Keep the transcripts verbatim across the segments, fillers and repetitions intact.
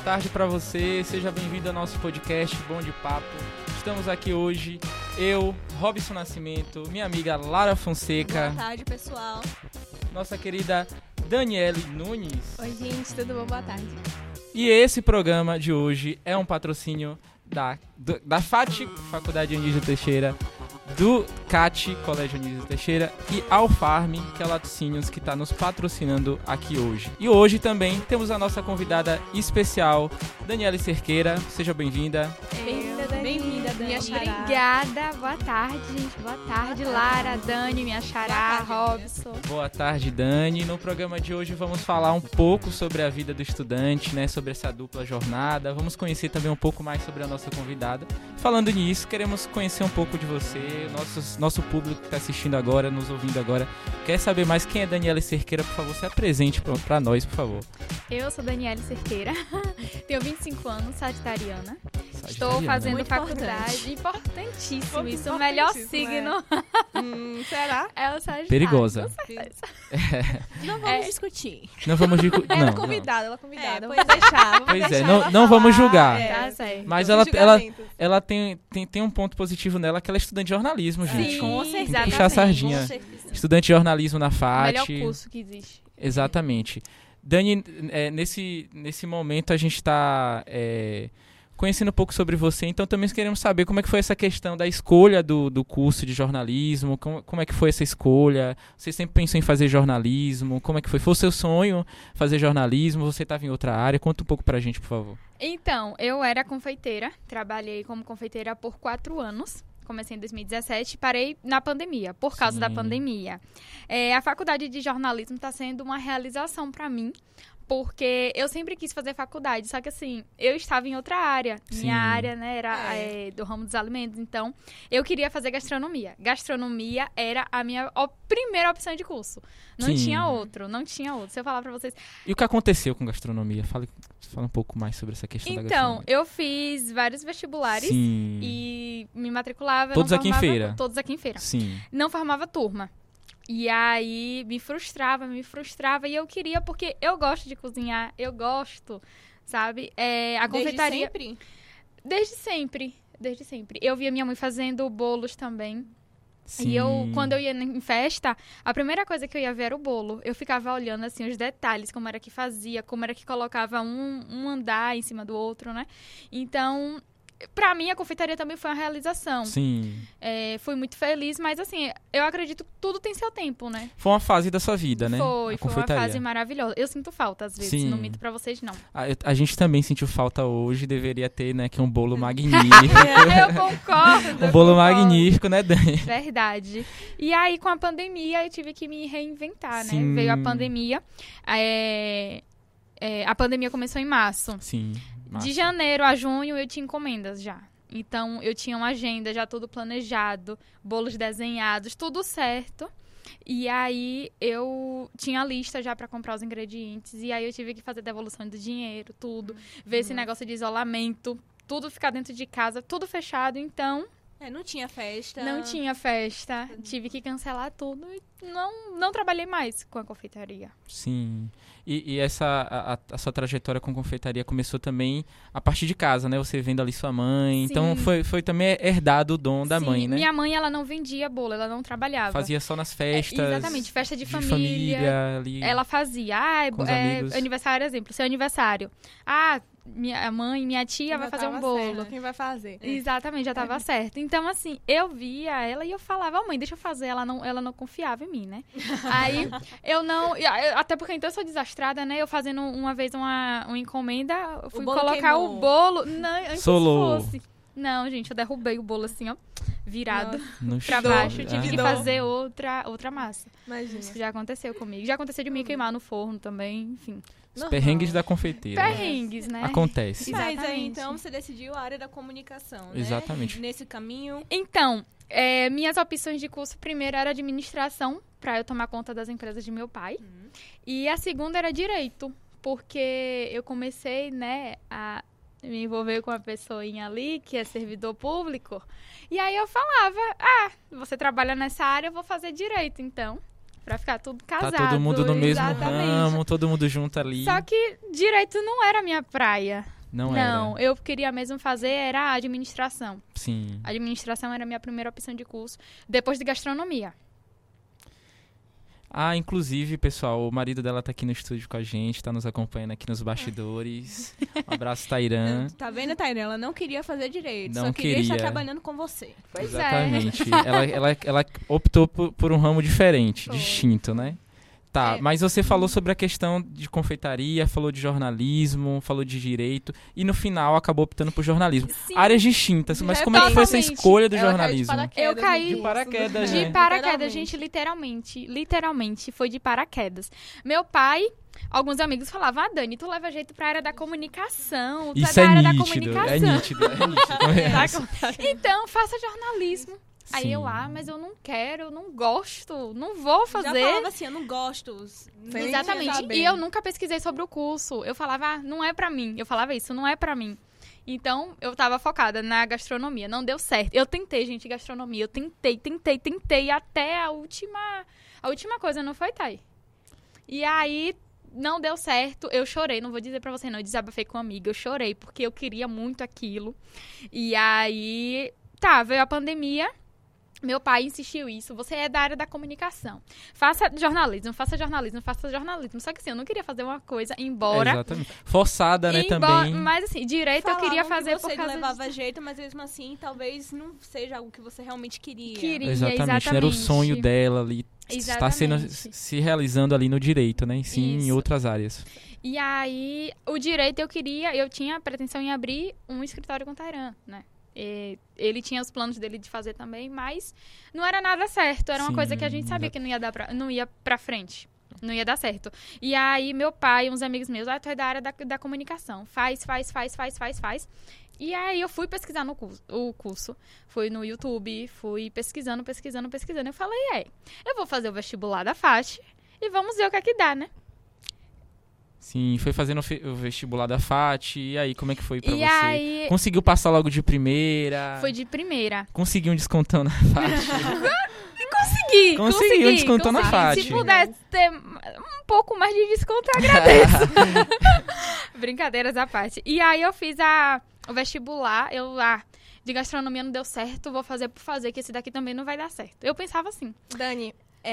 tarde para você, seja bem-vindo ao nosso podcast Bom de Papo. Estamos aqui hoje, eu, Robson Nascimento, minha amiga Lara Fonseca. Boa tarde, pessoal. Nossa querida Daniele Nunes. Oi, gente, tudo bom? Boa tarde. E esse programa de hoje é um patrocínio da, do, da F A T, Faculdade Anísio Teixeira, do C A T, Colégio Anísio Teixeira, e Alfarm, que é a Laticínios, que está nos patrocinando aqui hoje. E hoje também temos a nossa convidada especial, Daniele Cerqueira. Seja bem-vinda. Bem-vinda, Dani. Bem-vinda, Dani. Minha Obrigada, boa tarde, gente. Boa tarde, Lara, Dani, minha xará, Robson. Boa tarde, Dani. No programa de hoje vamos falar um pouco sobre a vida do estudante, né? Sobre essa dupla jornada. Vamos conhecer também um pouco mais sobre a nossa convidada. Falando nisso, queremos conhecer um pouco de você, nosso, nosso público que está assistindo agora, nos ouvindo agora. Quer saber mais quem é Daniele Cerqueira? Por favor, se apresente para nós, por favor. Eu sou Daniele Cerqueira, tenho vinte e cinco anos, sagitariana. Sagitariana. Estou fazendo Muito faculdade. Importantíssimo Muito isso. O melhor importantíssimo, signo é. hum, será? é o Sagitário. Perigosa. Com certeza. Não vamos É. discutir. Não vamos de... Ela não, convidada, ela convidada. É, Vamos deixar, vamos Pois é, deixar não- ela não vamos falar. julgar. É. Tá certo. Mas Sem ela, ela, julgamentos. ela tem, tem, tem um ponto positivo nela, que ela é estudante de jornalismo, gente. Sim, Com Tem certeza. que puxar a sardinha. Com certeza. Estudante de jornalismo na O F A melhor T. curso que existe. Exatamente. Dani, é, nesse, nesse momento a gente está é, conhecendo um pouco sobre você, então também queremos saber como é que foi essa questão da escolha do, do curso de jornalismo, como, como é que foi essa escolha, você sempre pensou em fazer jornalismo, como é que foi? Foi o seu sonho fazer jornalismo, você estava em outra área? Conta um pouco pra gente, por favor. Então, eu era confeiteira, trabalhei como confeiteira por quatro anos. Comecei em dois mil e dezessete e parei na pandemia, por causa Sim. da pandemia. É, a faculdade de jornalismo está sendo uma realização para mim, porque eu sempre quis fazer faculdade, só que assim, eu estava em outra área. Sim. Minha área, né, era É. é, do ramo dos alimentos, então eu queria fazer gastronomia. Gastronomia era a minha ó, primeira opção de curso. Não Sim. tinha outro, não tinha outro. Se eu falar para vocês... E o que aconteceu com gastronomia? Fale, fala um pouco mais sobre essa questão da Então, gastronomia. eu fiz vários vestibulares Sim. e me matriculava... Todos não aqui em formava- feira? Todos aqui em feira. Sim. Não formava turma. E aí me frustrava, me frustrava. E eu queria, porque eu gosto de cozinhar, eu gosto, sabe? É, a Desde confeitaria. sempre? Desde sempre. Desde sempre. Eu via minha mãe fazendo bolos também. Sim. E eu, quando eu ia em festa, a primeira coisa que eu ia ver era o bolo. Eu ficava olhando, assim, os detalhes, como era que fazia, como era que colocava um, um andar em cima do outro, né? Então, pra mim, a confeitaria também foi uma realização. Sim. É, fui muito feliz, mas assim, eu acredito que tudo tem seu tempo, né? Foi uma fase da sua vida, né? Foi, A foi uma confeitaria. fase maravilhosa. Eu sinto falta, às vezes, Sim. não minto pra vocês, não. A, eu- a gente também sentiu falta hoje, deveria ter, né, que um bolo magnífico. Eu concordo. um bolo concordo. magnífico, né, Dani? Verdade. E aí, com a pandemia, eu tive que me reinventar, né? Sim. Veio a pandemia. é, é, a pandemia começou em março. Sim. massa. De janeiro a junho, eu tinha encomendas já. Então, eu tinha uma agenda já tudo planejado, bolos desenhados, tudo certo. E aí, eu tinha a lista já pra comprar os ingredientes. E aí, eu tive que fazer devolução do dinheiro, tudo. Ver esse negócio de isolamento, tudo ficar dentro de casa, tudo fechado. Então, É, não tinha festa. não tinha festa. Tive que cancelar tudo e não, não trabalhei mais com a confeitaria. Sim. E, e essa, a, a- a sua trajetória com confeitaria começou também a partir de casa, né? Você vendo ali sua mãe. Sim. Então, foi, foi também herdado o dom da Sim, mãe, né? Minha mãe, ela não vendia bolo, ela não trabalhava. Fazia só nas É, festas. exatamente, festa de, de família. família ali. Ela fazia, ah, com os é, amigos. aniversário, exemplo, seu aniversário. Ah, minha mãe, minha tia Já vai fazer um tava bolo. certo, Quem vai fazer? Exatamente, já tava certo. Então, assim, eu via ela e eu falava, oh, mãe, deixa eu fazer. Ela não, ela não confiava em mim, né? Aí, eu não... eu- Até porque, então, eu sou desastrada, né? Eu fazendo uma vez uma, uma encomenda, eu fui bolo colocar queimou. o bolo... Não, antes Solou. fosse. Não, gente, eu derrubei o bolo assim, ó, virado No pra chão. baixo. Tive Ah. que dó. fazer outra, outra massa. Imagina. Isso já aconteceu comigo. Já aconteceu de me queimar no forno também, enfim. Os Normal. perrengues da confeiteira. né? Perrengues, né? Acontece. Mas aí, Exatamente. então, você decidiu a área da comunicação, né? Exatamente. Nesse caminho. Então, é, minhas opções de curso, primeiro era administração, pra eu tomar conta das empresas de meu pai. Uhum. E a segunda era direito, porque eu comecei, né, a me envolver com uma pessoinha ali, que é servidor público. E aí eu falava, ah, você trabalha nessa área, eu vou fazer direito, então. Pra ficar tudo casado. Tá todo mundo no mesmo exatamente. ramo, todo mundo junto ali. Só que direito não era a minha praia. Não, Não, era. eu queria mesmo fazer era a administração. Sim. A administração era a minha primeira opção de curso, depois de gastronomia. Ah, inclusive, pessoal, o marido dela tá aqui no estúdio com a gente, tá nos acompanhando aqui nos bastidores. Um abraço, Tairan. Tá vendo, Tairã? Ela não queria fazer direito, Não só queria, estar queria. trabalhando com você. Pois Exatamente. ela, ela, ela optou por, por um ramo diferente, Foi. distinto, né? Tá, É. mas você falou sobre a questão de confeitaria, falou de jornalismo, falou de direito, e no final acabou optando por jornalismo. Sim. Áreas distintas, mas como é que foi essa Totalmente. escolha do Ela caiu de jornalismo? paraquedas Eu caí- no De curso. paraquedas, De né? paraquedas, Literalmente. gente, literalmente. Literalmente, foi de paraquedas. Meu pai, alguns amigos falavam, ah, Dani, tu leva jeito pra área da comunicação, tu Isso é é da área da nítido, comunicação. é nítido, é nítido. Tá com- Então, faça jornalismo. Aí Sim. eu, ah, mas eu não quero, eu não gosto, não vou Já fazer. falava assim, eu não gosto. Sem Exatamente. saber. E eu nunca pesquisei sobre o curso. Eu falava, ah, não é pra mim. Eu falava isso, não é pra mim. Então, eu tava focada na gastronomia. Não deu certo. Eu tentei, gente, gastronomia. Eu tentei, tentei, tentei. Até a última... A última coisa não foi, Thay. E aí, não deu certo. Eu chorei. Não vou dizer pra você, não. Eu desabafei com uma amiga. Eu chorei, porque eu queria muito aquilo. E aí... Tá, veio a pandemia... Meu pai insistiu isso, você é da área da comunicação. Faça jornalismo, faça jornalismo, faça jornalismo. Só que assim, eu não queria fazer uma coisa, embora... Exatamente. Forçada, né, embora também. Mas assim, direito Falavam eu queria que fazer você por causa levava disso. jeito, mas mesmo assim, talvez não seja algo que você realmente queria. Queria. Exatamente, exatamente. não era o sonho dela ali. Está sendo, Exatamente. se realizando ali no direito, né? E sim em Isso. outras áreas. E aí, o direito eu queria... Eu tinha a pretensão em abrir um escritório com Tairan, né? E ele tinha os planos dele de fazer também, mas não era nada certo. Era uma Sim, coisa que a gente sabia exato. que não ia, dar pra, não ia pra frente. Não ia dar certo. E aí, meu pai e uns amigos meus, ah, tu é da área da, da comunicação. Faz, faz, faz, faz, faz, faz. E aí, eu fui pesquisar no curso, o curso. Fui no YouTube, fui pesquisando, pesquisando, pesquisando. Eu falei, é, eu vou fazer o vestibular da F A T e vamos ver o que é que dá, né? Sim, foi fazendo o fe- o vestibular da F A T. E aí, como é que foi pra e você? aí, Conseguiu passar logo de primeira? foi de primeira. Conseguiu um descontão na F A T? Consegui, Conseguiu, consegui. descontou na consegui. F A T. Se pudesse ter um pouco mais de desconto, eu agradeço. Brincadeiras à parte. E aí eu fiz a, o vestibular, eu ah, de gastronomia não deu certo, vou fazer por fazer, que esse daqui também não vai dar certo. Eu pensava assim. Dani,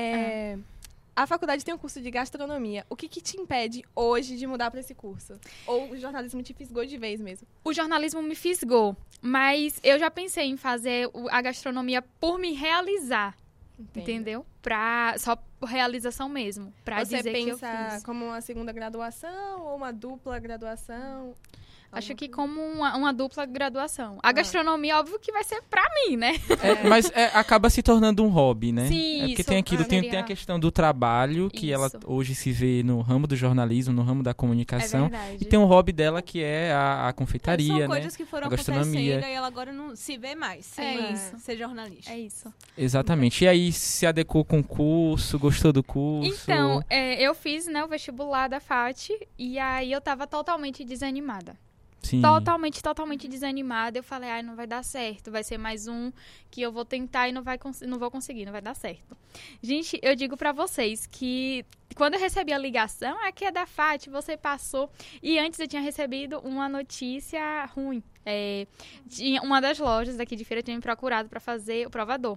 é, a faculdade tem um curso de gastronomia. O que, que te impede hoje de mudar para esse curso? Ou o jornalismo te fisgou de vez mesmo? O jornalismo me fisgou, mas eu já pensei em fazer o- a gastronomia por me realizar, Entendo. entendeu? Pra, só por realização mesmo, pra Você dizer que eu pensa fiz. como uma segunda graduação ou uma dupla graduação? Acho Alguma que coisa? como uma, uma dupla graduação. A Ah. gastronomia, óbvio que vai ser pra mim, né? É, mas é, acaba se tornando um hobby, né? Sim, é porque isso, tem aquilo, tem, seria- tem a questão do trabalho, que ela Isso. hoje se vê no ramo do jornalismo, no ramo da É comunicação. verdade. E tem um hobby dela que é a, a confeitaria, São né? coisas que foram A gastronomia. acontecendo e ela agora não se vê mais. É sem isso. Ser jornalista. É isso. Exatamente. E aí se adequou com o curso, gostou do curso? Então, é, eu fiz, né, o vestibular da F A T e aí eu tava totalmente desanimada. Sim. Totalmente, totalmente desanimada. Eu falei, ai, não vai dar certo. Vai ser mais um que eu vou tentar e não, vai cons- não vou conseguir, não vai dar certo. Gente, eu digo pra vocês que quando eu recebi a ligação, aqui é da F A T, você passou. E antes eu tinha recebido uma notícia ruim. É, tinha, uma das lojas daqui de feira tinha me procurado pra fazer o provador.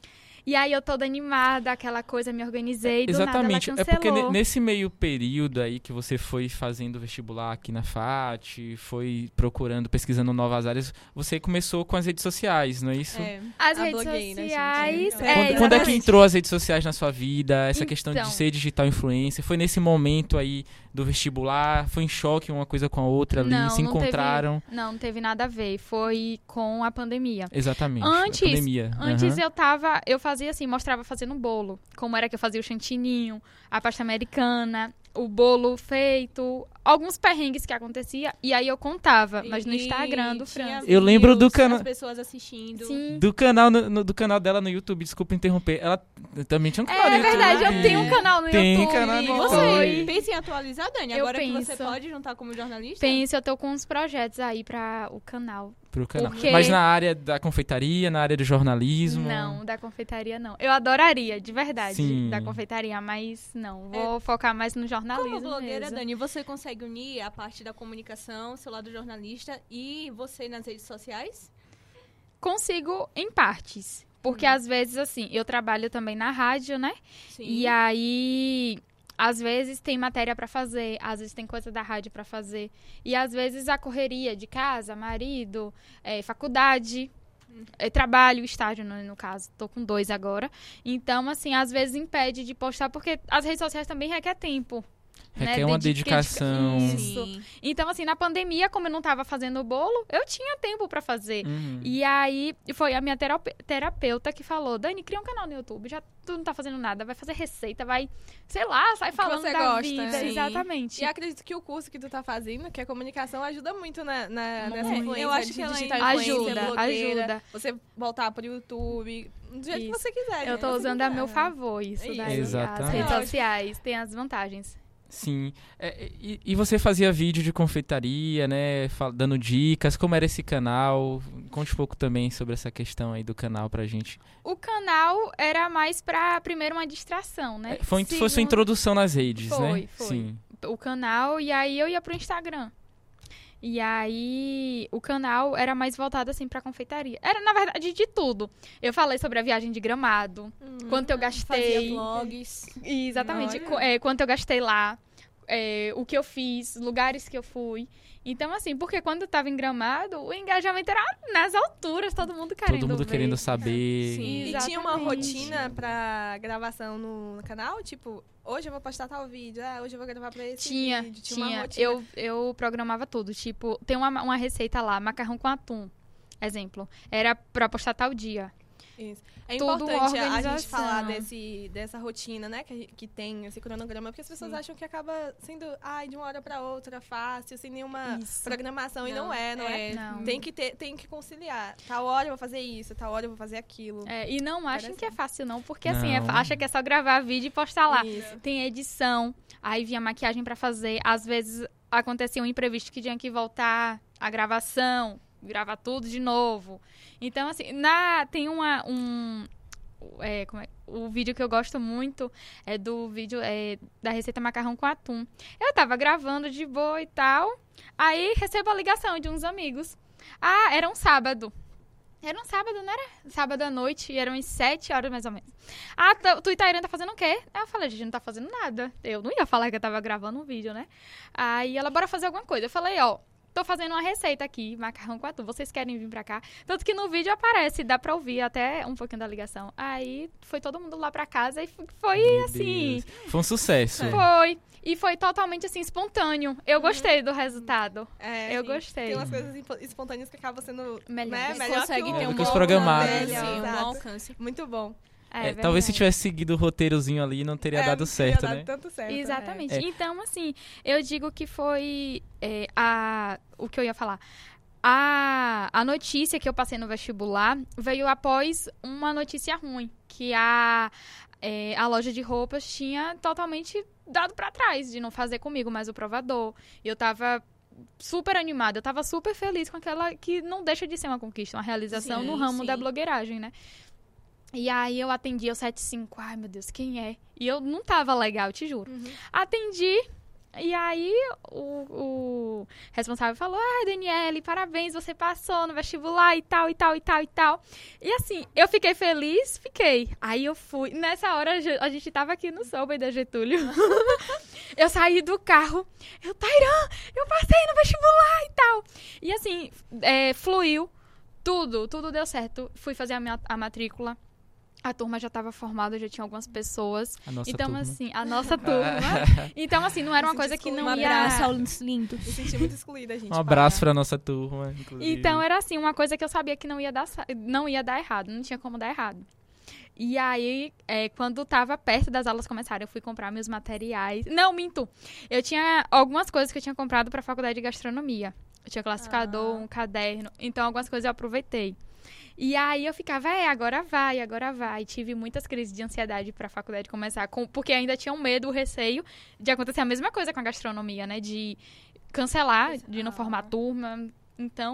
E aí eu toda animada, aquela coisa, me organizei, do Exatamente. nada É ela porque cancelou. ne- nesse meio período aí que você foi fazendo vestibular aqui na F A T, foi procurando, pesquisando novas áreas, você começou com as redes sociais, não é isso? É. As A redes blogueira, gente, sociais. é. é, Quando, quando é que exatamente. entrou as redes sociais na sua vida? Essa questão de Então. ser digital influencer? Foi nesse momento aí do vestibular? Foi em choque uma coisa com a outra ali? Não, se não teve- encontraram? Não, não teve nada a ver. Foi com a pandemia. Exatamente. Antes- a pandemia. Antes Aham. eu tava, eu fazia assim, mostrava fazendo bolo. Como era que eu fazia o chantininho, a pasta americana, o bolo feito, alguns perrengues que acontecia. E aí eu contava, mas no E Instagram do tinha Franz. Eu lembro do views, cana- As pessoas assistindo. Sim. Do canal, no- no- do canal dela no YouTube, desculpa interromper. Ela também tinha um canal no É YouTube. verdade, eu tenho um canal no Tem YouTube. canal no E YouTube. você Oi. pensa em atualizar, Dani? Eu Agora que você penso. pode juntar como jornalista? Penso, eu tô com uns projetos aí pra o canal. Pro canal. Porque- Mas na área da confeitaria, na área do jornalismo? Não, da confeitaria não. Eu adoraria, de verdade, Sim. da confeitaria, mas não. Vou focar mais no jornalismo Como blogueira, mesmo. Dani, você consegue consegue unir a parte da comunicação, seu lado jornalista e você nas redes sociais? Consigo em partes. Porque, Hum. às vezes, assim, eu trabalho também na rádio, né? Sim. E aí, às vezes tem matéria pra fazer, às vezes tem coisa da rádio pra fazer. E às vezes a correria de casa, marido, eh, faculdade, eh, trabalho, estágio, no, no caso. Tô com dois agora. Então, assim, às vezes impede de postar, porque as redes sociais também requer tempo. Requer né? uma Dedica- dedicação. Isso. Sim. Então, assim, na pandemia, como eu não tava fazendo o bolo, eu tinha tempo pra fazer. Uhum. E aí, foi a minha terap- terapeuta que falou, Dani, cria um canal no YouTube, já tu não tá fazendo nada, vai fazer receita, vai, sei lá, sai que falando você da gosta, vida. sim. Exatamente. E acredito que o curso que tu tá fazendo, que é comunicação, ajuda muito na, na, nessa Muito. influência Eu acho de que ela digital influência, Ajuda, blogueira, ajuda. Você voltar pro YouTube, do jeito Isso. que você quiser. Eu tô né? usando Você a meu quiser. favor isso Isso. daí. As Exatamente. redes Lógico. sociais têm as vantagens. Sim. É, e, e você fazia vídeo de confeitaria, né? fal- Dando dicas. Como era esse canal? Conte um pouco também sobre essa questão aí do canal pra gente. O canal era mais pra, primeiro, uma distração, né? É, foi, foi sua Segundo- introdução nas redes, né? Foi, foi. Sim. o canal e aí eu ia pro Instagram. E aí o canal era mais voltado assim pra confeitaria. Era na verdade de tudo. Eu falei sobre a viagem de Gramado, Hum. quanto eu Fazia gastei. vlogs. E, exatamente, Olha. qu- é, quanto eu gastei lá, é, o que eu fiz, lugares que eu fui. Então, assim, porque quando eu tava em Gramado, o engajamento era nas alturas, todo mundo querendo Todo mundo ver. querendo saber. Sim. E tinha uma Exatamente. rotina pra gravação no, no canal? Tipo, hoje eu vou postar tal vídeo, ah, hoje eu vou gravar pra esse Tinha, vídeo. Tinha, uma tinha. rotina. Eu, eu programava tudo. Tipo, tem uma, uma receita lá, macarrão com atum. Exemplo. Era pra postar tal dia. Isso. É Tudo importante a gente organização. falar desse, dessa rotina, né? Que, que tem esse cronograma, porque as pessoas Sim. acham que acaba sendo, ai, de uma hora pra outra, fácil, sem nenhuma Isso. programação. E não é, não é. Não. Tem que ter, tem que conciliar. Tal hora eu vou fazer isso, tal hora eu vou fazer aquilo. É, e não achem que é Interessante. fácil, não. Porque, assim, é, Não. acha que é só gravar vídeo e postar lá. Isso. Tem edição, aí vinha maquiagem pra fazer. Às vezes acontecia um imprevisto que tinha que voltar a gravação, gravar tudo de novo. Então, assim, na, tem uma, um... É, como é? O vídeo que eu gosto muito é do vídeo é, da receita macarrão com atum. Eu tava gravando de boa e tal, aí recebo a ligação de uns amigos. Ah, era um sábado. Era um sábado, não era? Sábado à noite, e eram umas sete horas mais ou menos. Ah, tu, tu Itairã tá fazendo o quê? Aí eu falei, gente, não tá fazendo nada. Eu não ia falar que eu tava gravando um vídeo, né? Aí ela, bora fazer alguma coisa. Eu falei, ó, tô fazendo uma receita aqui, macarrão com atum, vocês querem vir pra cá? Tanto que no vídeo aparece, dá pra ouvir até um pouquinho da ligação. Aí foi todo mundo lá pra casa e f- foi Meu assim, Deus. Foi um sucesso. foi. E foi totalmente assim, espontâneo. Eu gostei do resultado. É, Eu sim. gostei. Tem umas coisas impo- espontâneas que acabam sendo Melhor. né, Você melhor consegue que o, ter um do que os bom programados. alcance, Exato. um bom alcance. Muito bom. É, É, talvez se verdade. tivesse seguido o roteirozinho ali, não teria É, dado não certo, teria né? dado tanto certo. Exatamente. É. Então, assim, eu digo que foi é, a, o que eu ia falar. A, a notícia que eu passei no vestibular veio após uma notícia ruim, que a, é, a loja de roupas tinha totalmente dado pra trás de não fazer comigo mais o provador. E eu tava super animada, eu tava super feliz com aquela que não deixa de ser uma conquista, uma realização Sim, no ramo sim. da blogueiragem, né? E aí eu atendi o setenta e cinco, ai meu Deus, quem é? E eu não tava legal, te juro. Uhum. Atendi, e aí o, o responsável falou, ah, Daniele, parabéns, você passou no vestibular e tal, e tal, e tal, e tal. E assim, eu fiquei feliz, fiquei. Aí eu fui, nessa hora a gente tava aqui no Subway da Getúlio. Eu saí do carro, eu, Tairã, eu passei no vestibular e tal. E assim, é, fluiu, tudo, tudo deu certo. Fui fazer a, minha, a matrícula. A turma já estava formada, já tinha algumas pessoas. A nossa então, turma. assim, a nossa turma. Então, assim, não era uma Me coisa senti que não Um ia... abraço aos lindos. Me senti muito excluída, gente. Um abraço pra nossa turma, inclusive. Então, era assim, uma coisa que eu sabia que não ia dar, sa- não ia dar errado, não tinha como dar errado. E aí, é, quando tava perto das aulas começarem, eu fui comprar meus materiais. Não, minto. Eu tinha algumas coisas que eu tinha comprado pra faculdade de gastronomia. Eu tinha classificador, Ah. um caderno. Então, algumas coisas eu aproveitei. E aí, eu ficava, é, agora vai, agora vai. Tive muitas crises de ansiedade pra faculdade começar, com, porque ainda tinha um medo, o receio de acontecer a mesma coisa com a gastronomia, né? De cancelar, de não Ah. formar turma. Então,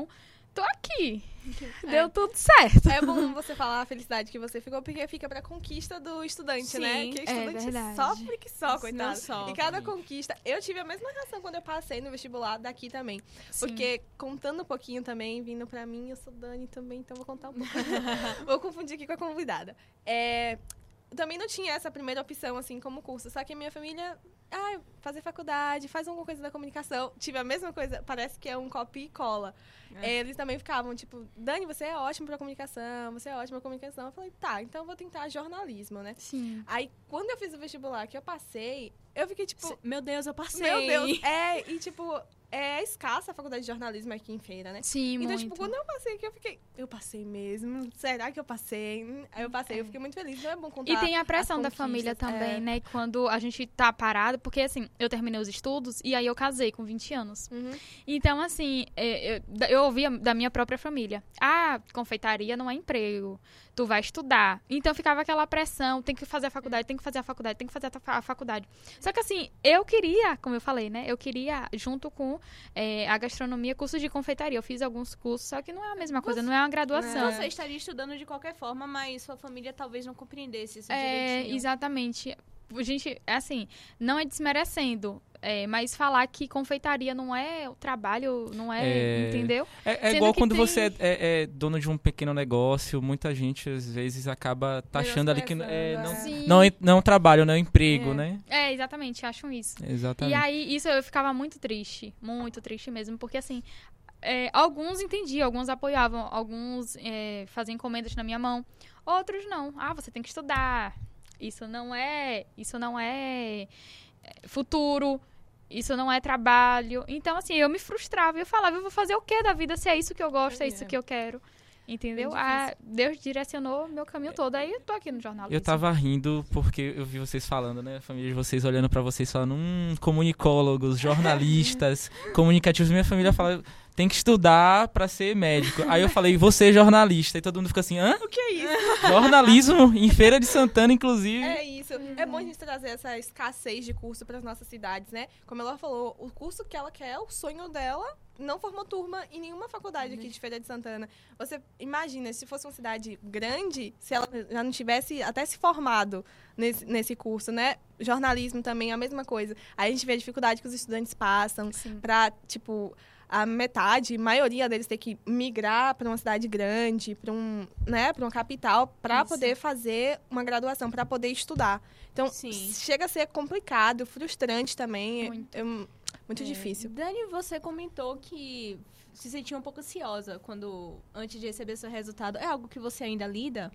tô aqui. É. Deu tudo certo. É bom você falar a felicidade que você ficou, porque fica pra conquista do estudante, Sim, né? Que o é estudante verdade. sofre que só, Não coitado. sofre. E cada conquista... Eu tive a mesma reação quando eu passei no vestibular daqui também. Sim. Porque, contando um pouquinho também, vindo pra mim, eu sou Dani também, então vou contar um pouco. Vou confundir aqui com a convidada. É... Eu também não tinha essa primeira opção, assim, como curso. Só que a minha família... Ah, fazer faculdade, faz alguma coisa da comunicação. Tive a mesma coisa, parece que é um copia e cola. É. Eles também ficavam, tipo, Dani, você é ótimo pra comunicação, você é ótima pra comunicação. Eu falei, tá, então eu vou tentar jornalismo, né? Sim. Aí, quando eu fiz o vestibular, que eu passei, eu fiquei, tipo... Cê- Meu Deus, eu passei. Meu Deus, é, e tipo, é escassa a faculdade de jornalismo aqui em Feira, né? Sim, Então, muito. tipo, quando eu passei aqui, eu fiquei, eu passei mesmo? Será que eu passei? Aí eu passei, eu fiquei muito feliz. Não é bom contar E tem a pressão as da família conquistas, também, é. né? Quando a gente tá parado, porque assim, eu terminei os estudos e aí eu casei com vinte anos. Uhum. Então, assim, é, eu, eu ouvia da minha própria família. Ah, confeitaria não é emprego. Tu vai estudar. Então ficava aquela pressão, tem que fazer a faculdade, tem que fazer a faculdade, tem que fazer a fa- a faculdade. Só que assim, eu queria, como eu falei, né? Eu queria, junto com é, a gastronomia, cursos de confeitaria. Eu fiz alguns cursos, só que não é a mesma coisa, não é uma graduação. Você estaria estudando de qualquer forma, mas sua família talvez não compreendesse isso É, direitinho. exatamente. A gente, assim, não é desmerecendo, é, mas falar que confeitaria não é o trabalho, não é, É. entendeu? É, é Sendo igual que quando tem- você é, é- é dono de um pequeno negócio, muita gente às vezes acaba taxando ali que é, não, Sim. não, é, não é um trabalho, não é um emprego, É. né? É, exatamente, acham isso. Exatamente. E aí, isso eu ficava muito triste, muito triste mesmo, porque assim, é, alguns entendiam, alguns apoiavam, alguns é, faziam encomendas na minha mão, outros não. Ah, você tem que estudar. Isso não é, isso não é é, futuro, isso não é trabalho. Então, assim, eu me frustrava, eu falava, eu vou fazer o que da vida se é isso que eu gosto, é isso É. que eu quero. Entendeu? É Ah, Deus direcionou meu caminho todo. Aí eu tô aqui no jornalismo. Eu tava rindo porque eu vi vocês falando, né? A família de vocês olhando pra vocês falando, hum, comunicólogos, jornalistas, comunicativos. Minha família fala, tem que estudar pra ser médico. Aí eu falei, você é jornalista. E todo mundo fica assim, hã? O que é isso? Jornalismo? Em Feira de Santana, inclusive. É isso. É bom a gente trazer essa escassez de curso para as nossas cidades, né? Como ela falou, o curso que ela quer, o sonho dela, não formou turma em nenhuma faculdade aqui de Feira de Santana. Você imagina, se fosse uma cidade grande, se ela já não tivesse até se formado nesse, nesse curso, né? Jornalismo também é a mesma coisa. Aí a gente vê a dificuldade que os estudantes passam Sim. para, tipo, a metade, a maioria deles ter que migrar para uma cidade grande, para um, né, para uma capital, para Isso. poder fazer uma graduação, para poder estudar. Então, Sim. chega a ser complicado, frustrante também. Muito. É, é muito É. difícil. Dani, você comentou que se sentia um pouco ansiosa quando, antes de receber seu resultado. É algo que você ainda lida?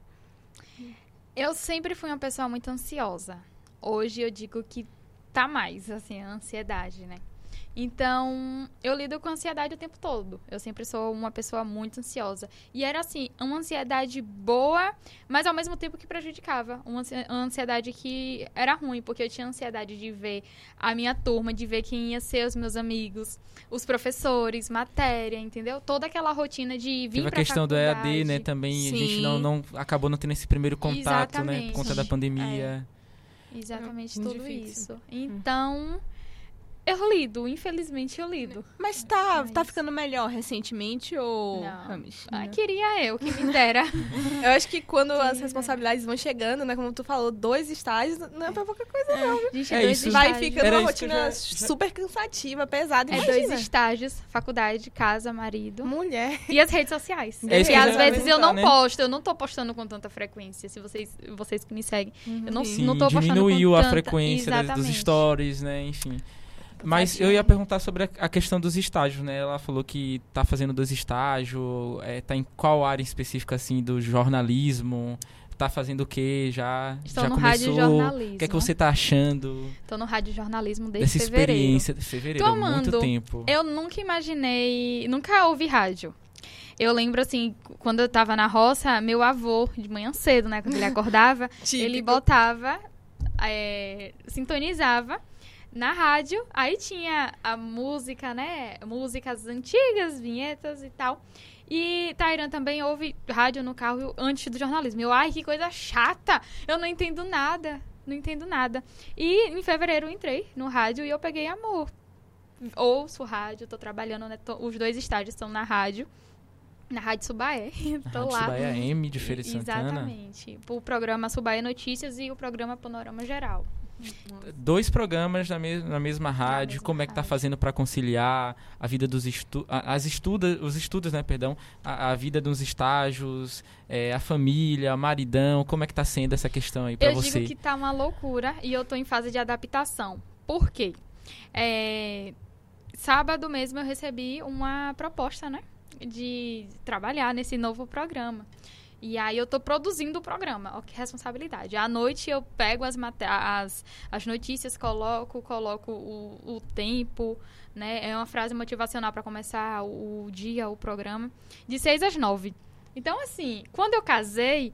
Eu sempre fui uma pessoa muito ansiosa. Hoje eu digo que tá mais, assim, a ansiedade, né? Então, eu lido com ansiedade o tempo todo. Eu sempre sou uma pessoa muito ansiosa. E era, assim, uma ansiedade boa, mas ao mesmo tempo que prejudicava. Uma ansi- uma ansiedade que era ruim, porque eu tinha ansiedade de ver a minha turma, de ver quem ia ser os meus amigos, os professores, matéria, entendeu? Toda aquela rotina de vir Teve a pra questão do E A D, faculdade. né? Também a gente Sim. não, não acabou não tendo esse primeiro contato, né? Por conta da Exatamente. pandemia. Exatamente, É, muito tudo difícil. isso. Então, eu lido, infelizmente eu lido. Mas tá, Mas- tá ficando melhor recentemente ou... Não. Rames? Ah, queria eu, que me dera. Eu acho que quando as Sim, responsabilidades vão chegando, né? Como tu falou, dois estágios, não é pra pouca coisa, não. Gente, É dois isso. Vai estágios. ficando Era uma isso que eu rotina já- já- super cansativa, pesada. É Imagina. dois estágios, faculdade, casa, marido. Mulher. E as redes sociais. É isso e que eu às já ia vezes eu não perguntar, né? posto, eu não tô postando com tanta frequência. Se vocês, vocês que me seguem. Eu não, Sim, não tô postando diminuiu com a tanta... frequência das- dos Exatamente. stories, né? Enfim. Mas eu ia perguntar sobre a, a questão dos estágios, né? Ela falou que tá fazendo dois estágios, é, tá em qual área específica, assim, do jornalismo? Tá fazendo o quê? Já, Estou já no começou? rádio jornalismo. O que é que você tá achando Tô no rádio jornalismo desde dessa fevereiro. experiência de fevereiro? Tô Há muito amando. tempo. Eu nunca imaginei, nunca ouvi rádio. Eu lembro, assim, quando eu tava na roça, meu avô, de manhã cedo, né, quando ele acordava, ele botava, é, sintonizava na rádio, aí tinha a música, né, músicas antigas, vinhetas e tal. E Tairan também ouve rádio no carro antes do jornalismo. Eu, ai, que coisa chata, eu não entendo nada, não entendo nada. E em fevereiro eu entrei no rádio e eu peguei amor. Ouço rádio, tô trabalhando, né, tô- os dois estágios estão na rádio. Na Rádio Subaé. Tô Rádio lá. Subaé A M de Feira de Santana. Exatamente. O programa Subaé Notícias e o programa Panorama Geral. Dois programas na, mes na mesma rádio. mesma Como é que tá rádio. fazendo para conciliar a vida dos estu as estuda os estudos, né, perdão, a, a vida dos estágios, é, a família, a maridão, como é que tá sendo essa questão aí para Eu você? digo que tá uma loucura e eu tô em fase de adaptação. Por quê? É, sábado mesmo eu recebi uma proposta, né, de trabalhar nesse novo programa. E aí eu tô produzindo o programa. Ó, que responsabilidade. À noite eu pego as, as, as notícias, coloco, coloco o, o tempo, né? É uma frase motivacional para começar o, o dia, o programa, de seis às nove. Então, assim, quando eu casei,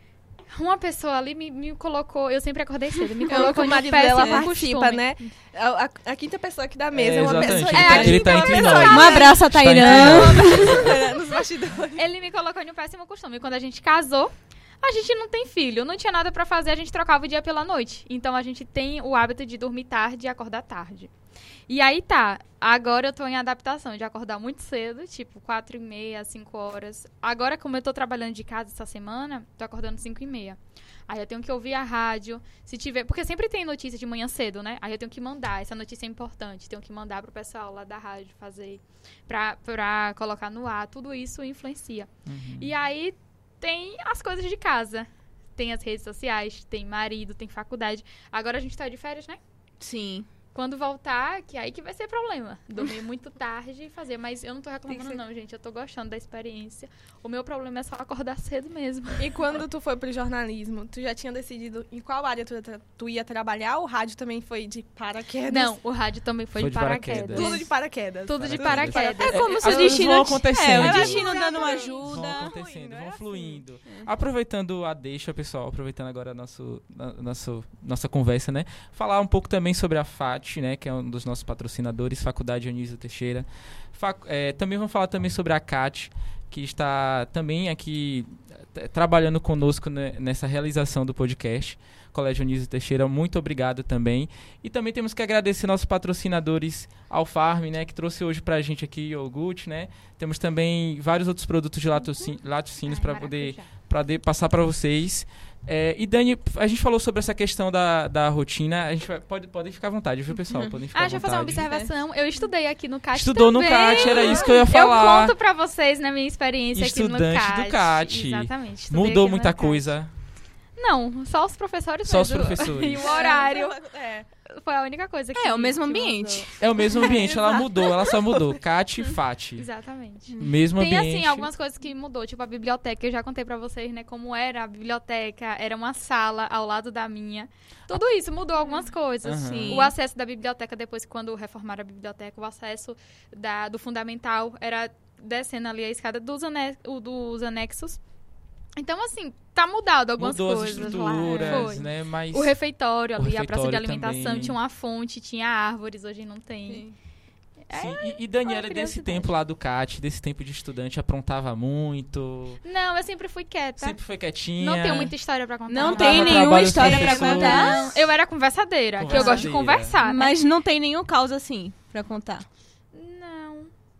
uma pessoa ali me, me colocou, eu sempre acordei cedo, me É o que colocou o no marido péssimo dela participa, costume. né? A, a, a quinta pessoa aqui da mesa É, é, uma exatamente. pessoa... Ele tá- É, ele tá a entre quinta nós. pessoa Um abraço a Está entre Tairã. nós. nos bastidores. Ele me colocou no péssimo costume. Quando a gente casou, a gente não tem filho, não tinha nada pra fazer, a gente trocava o dia pela noite. Então a gente tem o hábito de dormir tarde e acordar tarde. E aí tá, agora eu tô em adaptação de acordar muito cedo, tipo quatro e meia, cinco horas. Agora, como eu tô trabalhando de casa essa semana, tô acordando cinco e meia. Aí eu tenho que ouvir a rádio, se tiver... Porque sempre tem notícia de manhã cedo, né? Aí eu tenho que mandar, essa notícia é importante. Tenho que mandar pro pessoal lá da rádio fazer, pra, pra colocar no ar. Tudo isso influencia. Uhum. E aí tem as coisas de casa. Tem as redes sociais, tem marido, tem faculdade. Agora a gente tá de férias, né? Sim. Quando voltar, que aí que vai ser problema. Dormir muito tarde e fazer. Mas eu não tô reclamando, ser- não, gente. Eu tô gostando da experiência. O meu problema é só acordar cedo mesmo. E quando tu foi pro jornalismo, tu já tinha decidido em qual área tu, ia tra- tu ia trabalhar? O rádio também foi de paraquedas? Não, o rádio também foi, Foi de de paraquedas. paraquedas. Tudo de paraquedas. Tudo de Paraquedas. paraquedas. É como se As o coisas destino... vão acontecendo. É, o Exatamente. destino dando uma Vão ajuda. acontecendo, É vão assim. fluindo. Aproveitando a deixa, pessoal, aproveitando agora nosso, na- nosso, nossa conversa, né? Falar um pouco também sobre a F A T, né? Que é um dos nossos patrocinadores, Faculdade Anísio Teixeira. Fac, é, também vamos falar também sobre a C A T, que está também aqui t- trabalhando conosco, né, nessa realização do podcast. Colégio Anísio Teixeira, muito obrigado também. E também temos que agradecer nossos patrocinadores, Alfarm, né, que trouxe hoje pra gente aqui iogurte, né? Temos também vários outros produtos de laticínios, laticínios Ai, para poder maracujá. pra de- passar para vocês. É, e Dani, a gente falou sobre essa questão da, da rotina. A gente vai, pode, podem ficar à vontade, viu, pessoal? Podem ficar Ah, à deixa eu fazer uma vontade. observação. Eu estudei aqui no C A T Estudou no também. C A T, era isso que eu ia falar. Eu conto pra vocês na minha experiência aqui no Estudante C A T. do C A T. Exatamente. estudei Mudou aqui no muita C A T. coisa. Não, só os professores Só os mesmo. professores. E o horário. É. Foi a única coisa que É, o mesmo que ambiente. mudou. É o mesmo ambiente, ela mudou, ela só mudou. C A T e F A T. Exatamente. Mesmo Tem, ambiente. assim, algumas coisas que mudou. Tipo, a biblioteca, eu já contei pra vocês, né? Como era a biblioteca. Era uma sala ao lado da minha. Tudo isso mudou algumas coisas. Aham. Sim. O acesso da biblioteca, depois, quando reformaram a biblioteca, o acesso da, do fundamental era descendo ali a escada dos, ane o- dos anexos. Então, assim, tá mudado algumas Mudou as coisas lá. estruturas, Foi. né? Mas O refeitório O ali, a praça de refeitório alimentação, também. tinha uma fonte, tinha árvores, hoje não tem. Sim. Sim. E, e Daniela, uma desse curiosidade. tempo lá do C A T, desse tempo de estudante, aprontava muito. Não, eu sempre fui quieta. Sempre foi quietinha. Não tenho muita história pra contar. Não Dava tem trabalho nenhuma aos história pra professores. contar. Eu era conversadeira, que eu gosto de Conversadeira. conversar. né? Mas não tem nenhum caos assim pra contar. Não.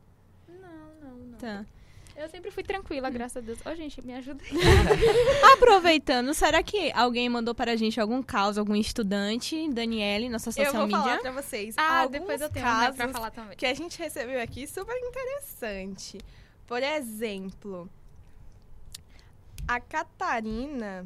Não, não, não. Tá. Eu sempre fui tranquila, graças a Deus. Ô, gente, me ajuda aí. Aproveitando, será que alguém mandou para a gente algum caos, algum estudante? Daniele, nossa Eu social vou media. falar pra vocês Ah, alguns depois eu tenho casos né, pra falar também. que a gente recebeu aqui super interessante. Por exemplo, a Catarina...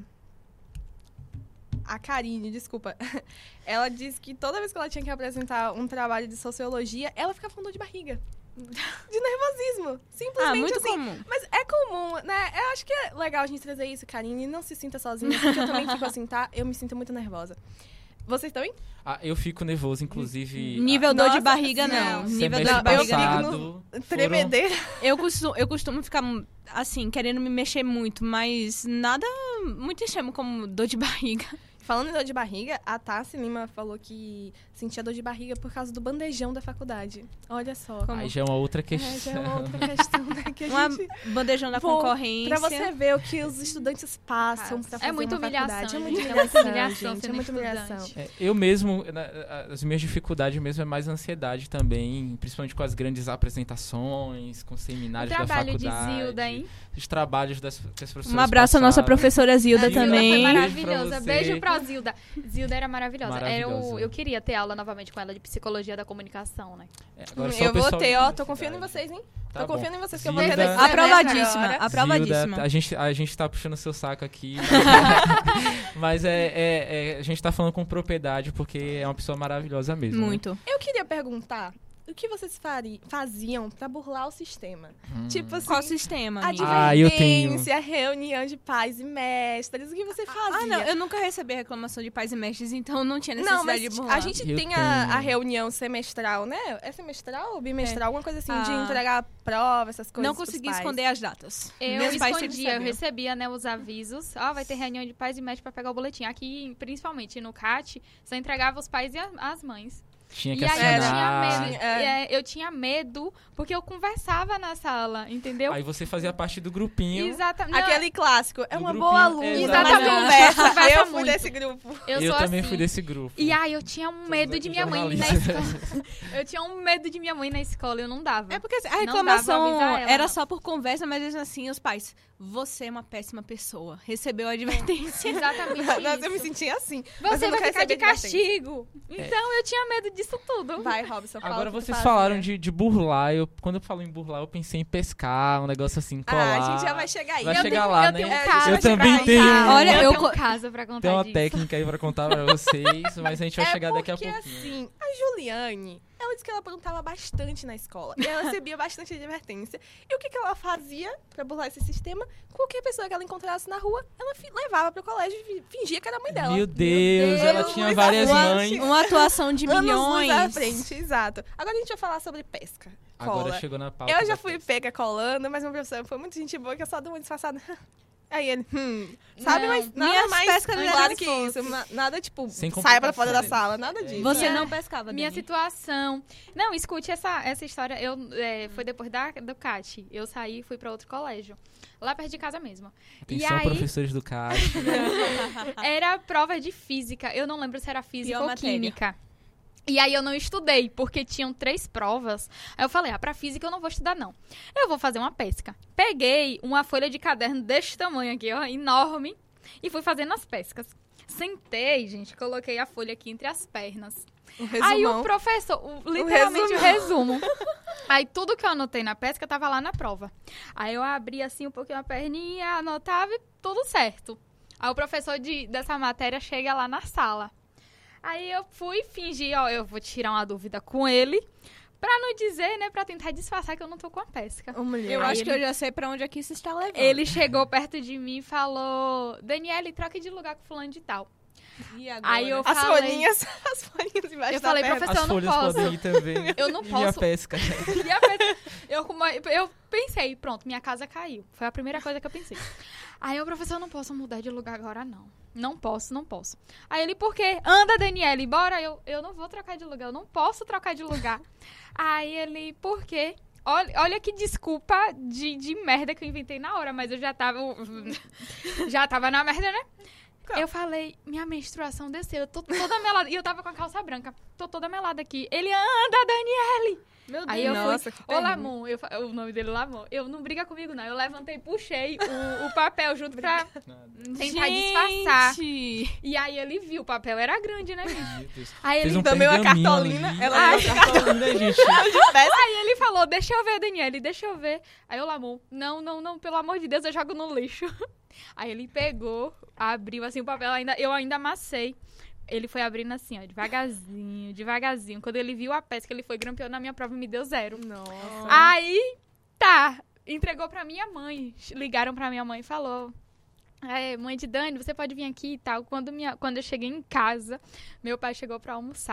A Karine, desculpa. Ela disse que toda vez que ela tinha que apresentar um trabalho de sociologia, ela ficava com dor de barriga. De nervosismo. Simplesmente Ah, muito assim. comum. Mas é comum, né? Eu acho que é legal a gente trazer isso, Karine. Não se sinta sozinha, porque eu também fico assim, tá? Eu me sinto muito nervosa. Vocês também? Ah, eu fico nervoso, inclusive. Nível a- dor de Nossa, barriga, sim, não. não. Nível semestre dor de eu barriga. fico passado, no foram- tremedeira. Eu costumo, eu costumo ficar, assim, querendo me mexer muito, mas nada muito extremo como dor de barriga. Falando em dor de barriga, a Tassi Lima falou que sentia dor de barriga por causa do bandejão da faculdade. Olha só. Aí já é uma outra É, questão. já é uma outra questão, né? Que a Uma gente... bandejão da Pô, concorrência. Pra você ver o que os estudantes passam pra fazer É muita uma humilhação, faculdade. É gente, muita é humilhação, muita humilhação gente. É sendo muita humilhação. estudante. É, eu mesmo, na- as minhas dificuldades mesmo é mais ansiedade também, principalmente com as grandes apresentações, com os O seminários da trabalho de faculdade. Zilda, hein? Os trabalhos das, que as professoras Um abraço à nossa passavam. professora Zilda A Zilda também. foi Beijo pra maravilhosa. você. Beijo pra Zilda. Zilda era maravilhosa. Maravilhosa. Eu, eu queria ter aula novamente com ela de psicologia da comunicação, né? É, agora só Eu o pessoal vou ter, de ó. Tô confiando em universidade. vocês, hein? Tá Tô bom. confiando em vocês que eu vou Zilda- ter nesse semestre Aprovadíssima, agora. aprovadíssima. Zilda, a gente, a gente tá puxando seu saco aqui, mas, mas é, é- é- a gente tá falando com propriedade porque é uma pessoa maravilhosa mesmo. né? Muito. Eu queria perguntar o que vocês fari- faziam pra burlar o sistema? Hum. Tipo assim, Qual sistema, amiga? Ah, eu tenho. advertência, reunião de pais e mestres, o que você fazia? Ah, não, eu nunca recebi reclamação de pais e mestres, então não tinha Não, necessidade mas de burlar. a gente Eu tem a, tenho. a reunião semestral, né? É semestral ou bimestral? Alguma coisa assim, de Ah. entregar prova, essas coisas não pros consegui pais. esconder as datas. Eu Meus pais sempre escondia, eu sabiam. recebia, né, os avisos. Ó, vai ter reunião de pais e mestres pra pegar o boletim. Aqui, principalmente no C A T, só entregava os pais e a- as mães. Tinha que E aí eu tinha assinar. medo. É. é, eu tinha medo porque eu conversava na sala, entendeu? Aí você fazia parte do grupinho. Exatamente. Aquele clássico, é Do uma grupinho, boa aluna, exatamente. mas conversa. Conversa Eu fui muito. desse grupo. Eu, Eu, sou também assim. fui desse grupo. E aí eu tinha um medo aqui de minha mãe na jornalistas. escola. Eu tinha um medo de minha mãe na escola, eu não dava. É porque assim, a Não reclamação dava avisar ela, era não. só por conversa, mas mesmo assim, os pais, você é uma péssima pessoa. Recebeu a advertência. Exatamente Nossa, eu me isso. sentia assim. mas Você eu vai nunca ficar de recebi advertência. castigo. Então eu tinha medo disso tudo. Vai, Robson, fala Agora o que tu vocês fazia. falaram de, de burlar. Eu, quando eu falo em burlar, eu pensei em pescar, um negócio assim, colar. Ah, a gente já vai chegar aí. Vai eu chegar tenho, lá, eu né? tenho um É, caso eu pra também contar. tenho. Olha, eu eu tenho co- um caso pra contar Tem uma disso. técnica aí pra contar pra vocês, mas a gente vai É chegar daqui a porque, pouquinho. assim, a Juliane, ela disse que ela aprontava bastante na escola. E ela recebia bastante advertência. E o que, que ela fazia pra burlar esse sistema? Qualquer pessoa que ela encontrasse na rua, ela fi- levava pro colégio e fi- fingia que era a mãe dela. Meu Deus, Deus, ela tinha Luiz várias Afonso. mães. Uma atuação de Anos luz à milhões. frente, exato. Agora a gente vai falar sobre pesca. Cola. Agora chegou na pauta. Eu já da fui pesca. pega colando, mas meu professor foi muito gente boa que eu só dou uma disfarçada. Aí ele, hum, sabe, Não, mas nada minhas mais pescas claro eram que fofas. isso. na- Nada, tipo, Sem saia pra fora da complicações. sala, nada disso. Você Minha- não pescava, Minha Dani. situação. Não, escute essa, essa história. Eu, é, foi depois da, do C A T. Eu saí e fui pra outro colégio. Lá perto de casa mesmo. Atenção, e aí, professores do C A T. era prova de física. Eu não lembro se era física Pior ou matéria. química. E aí eu não estudei, porque tinham três provas. Aí eu falei, ah, pra física eu não vou estudar, não. Eu vou fazer uma pesca. Peguei uma folha de caderno deste tamanho aqui, ó, enorme, e fui fazendo as pescas. Sentei, gente, coloquei a folha aqui entre as pernas. Um Aí o resumão. professor, o- literalmente o resumo. Aí tudo que eu anotei na pesca tava lá na prova. Aí eu abri assim um pouquinho a perninha, anotava e tudo certo. Aí o professor de, dessa matéria chega lá na sala. Aí eu fui fingir, ó, eu vou tirar uma dúvida com ele, pra não dizer, né, pra tentar disfarçar que eu não tô com a pesca. Ô, mulher. Eu Aí acho que ele- eu já sei pra onde aqui isso está levando. Ele chegou perto de mim e falou, Daniele, troque de lugar com fulano de tal. E agora? Aí eu As falei, folhinhas, as folhinhas embaixo Eu da falei, perna. professor, As eu não folhas posso. podem ir também. Eu não E minha posso. pesca. E a pessoa- eu, como- eu pensei, pronto, minha casa caiu. Foi a primeira coisa que eu pensei. Aí o professor, eu não posso mudar de lugar agora, não. Não posso, não posso. Aí ele, por quê? Anda, Daniele, bora. Eu, eu não vou trocar de lugar, eu não posso trocar de lugar. Aí ele, por quê? Olha, olha que desculpa de, de merda que eu inventei na hora, mas eu já tava... Já tava na merda, né? Eu falei, minha menstruação desceu, eu tô toda melada. E eu tava com a calça branca, tô toda melada aqui. Ele, anda, Daniele. Meu Deus. Aí eu Nossa, fui, que ô terrível. Lamon, eu, fa- o nome dele é Lamon, eu não briga comigo não, eu levantei e puxei o, o papel junto pra tentar disfarçar. Gente. E aí ele viu, o papel era grande, né, gente? Meu Deus. Aí Fez ele, um também uma pergaminho cartolina, ali. ela Ah, deu uma cartolina, gente. aí ele falou, deixa eu ver, Daniele, deixa eu ver. Aí o Lamon, não, não, não, pelo amor de Deus, eu jogo no lixo. Aí ele pegou, abriu assim o papel, ainda, eu ainda amassei. Ele foi abrindo assim, ó, devagarzinho, devagarzinho. Quando ele viu a pesca, ele foi grampeou na minha prova e me deu zero. Nossa. Aí, tá, entregou pra minha mãe. Ligaram pra minha mãe e falou... É, mãe de Dani, você pode vir aqui e tal. Quando, minha, quando eu cheguei em casa, meu pai chegou pra almoçar.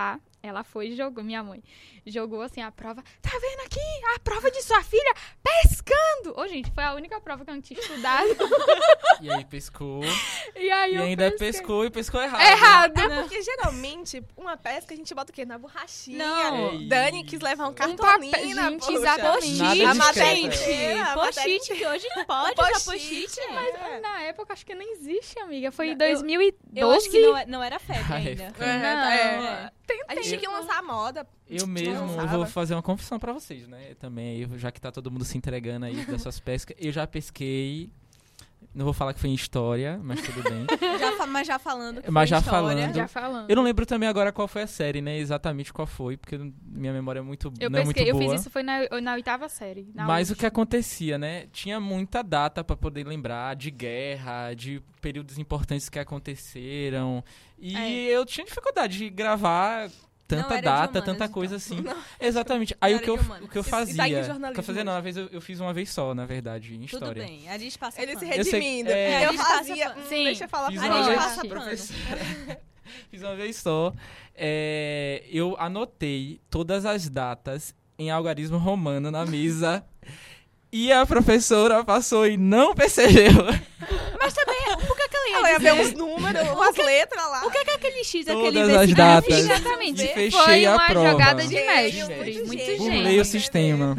ela foi e jogou, minha mãe, jogou assim a prova, tá vendo aqui a prova de sua filha pescando? Ô, gente, foi a única prova que eu não tinha estudado. E aí pescou. E aí E eu ainda pesquei. pescou e pescou errado. Errado. É porque geralmente, uma pesca a gente bota o quê? Na borrachinha. Não. É Dani isso. quis levar um Um cartolina, papel, gente, poxa. exatamente. Nada A matéria discreto. inteira, a matéria Post-it, que hoje pode Post-it, usar post-it. é. Na época, acho que não existe, amiga. Foi em Não, eu- dois mil e doze. Eu acho que não, é- não era febre Ah, é. ainda. É, Não, é. tem A gente tinha que lançar a moda. Eu mesmo lançava. vou fazer uma confissão pra vocês, né? Também, eu- já que tá todo mundo se entregando aí das suas pescas, eu já pesquei. Não vou falar que foi em história, mas tudo bem. Já fa- mas já falando. que Mas foi já história. falando. Já falando. Eu não lembro também agora qual foi a série, né? Exatamente qual foi, porque eu- minha memória é muito, Eu não é muito pesquei, eu boa. fiz isso foi na, na oitava série. na Mas o última. que acontecia, né? Tinha muita data pra poder lembrar de guerra, de períodos importantes que aconteceram. E É. eu tinha dificuldade de gravar tanta Não era de data, humanas, tanta então. coisa assim. Exatamente. Aí Não o era que, eu, de humanas. o que eu E tá em fazia. O que eu jornalismo fazia, não, uma vez eu, eu fiz uma vez só, na verdade, em Tudo história. bem, a gente passa Ele se pano. Eu sei- redimindo. é. Eu A gente passa fazia. pano. hum, Sim. Deixa eu falar Fiz pra A uma gente vez, passa pano. professora. Fiz uma vez só. É, eu anotei todas as datas em algarismo romano na mesa. E a professora passou e não percebeu. Mas também, por que, que ela ia Ela ia dizer? ver uns números, umas letras lá. O que, que aquele X, aquele Todas V, as significa? datas. Exatamente. E fechei Foi a uma prova. jogada de Gênio, mestre. muito Muito gênio. Burlei gênio. o sistema.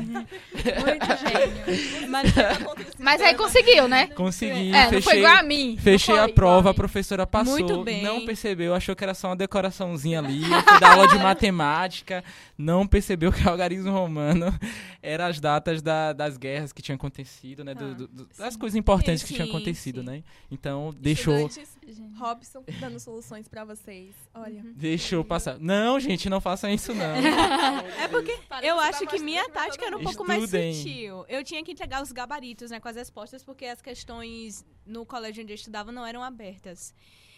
Muito gênio. Mas, Mas aí conseguiu, né? Consegui, É, não foi fechei, igual a mim. Não fechei foi a igual prova, a mim. professora passou, Muito bem. não percebeu, achou que era só uma decoraçãozinha ali, foi dar aula de matemática, não percebeu que o algarismo romano era as datas da- das guerras que tinham acontecido, né, do- do- do- das coisas importantes que Sim, tinham acontecido, sim. né? Então, deixou, Estudantes, Robson dando soluções pra vocês. Olha. deixou passar. Não, gente, não façam isso não. é porque Parece eu pra acho que mostrar minha que vai tática todo era um mundo. pouco mais Estudem. sutil. Eu tinha que entregar os gabaritos, né, com as respostas, porque as questões no colégio onde eu estudava não eram abertas.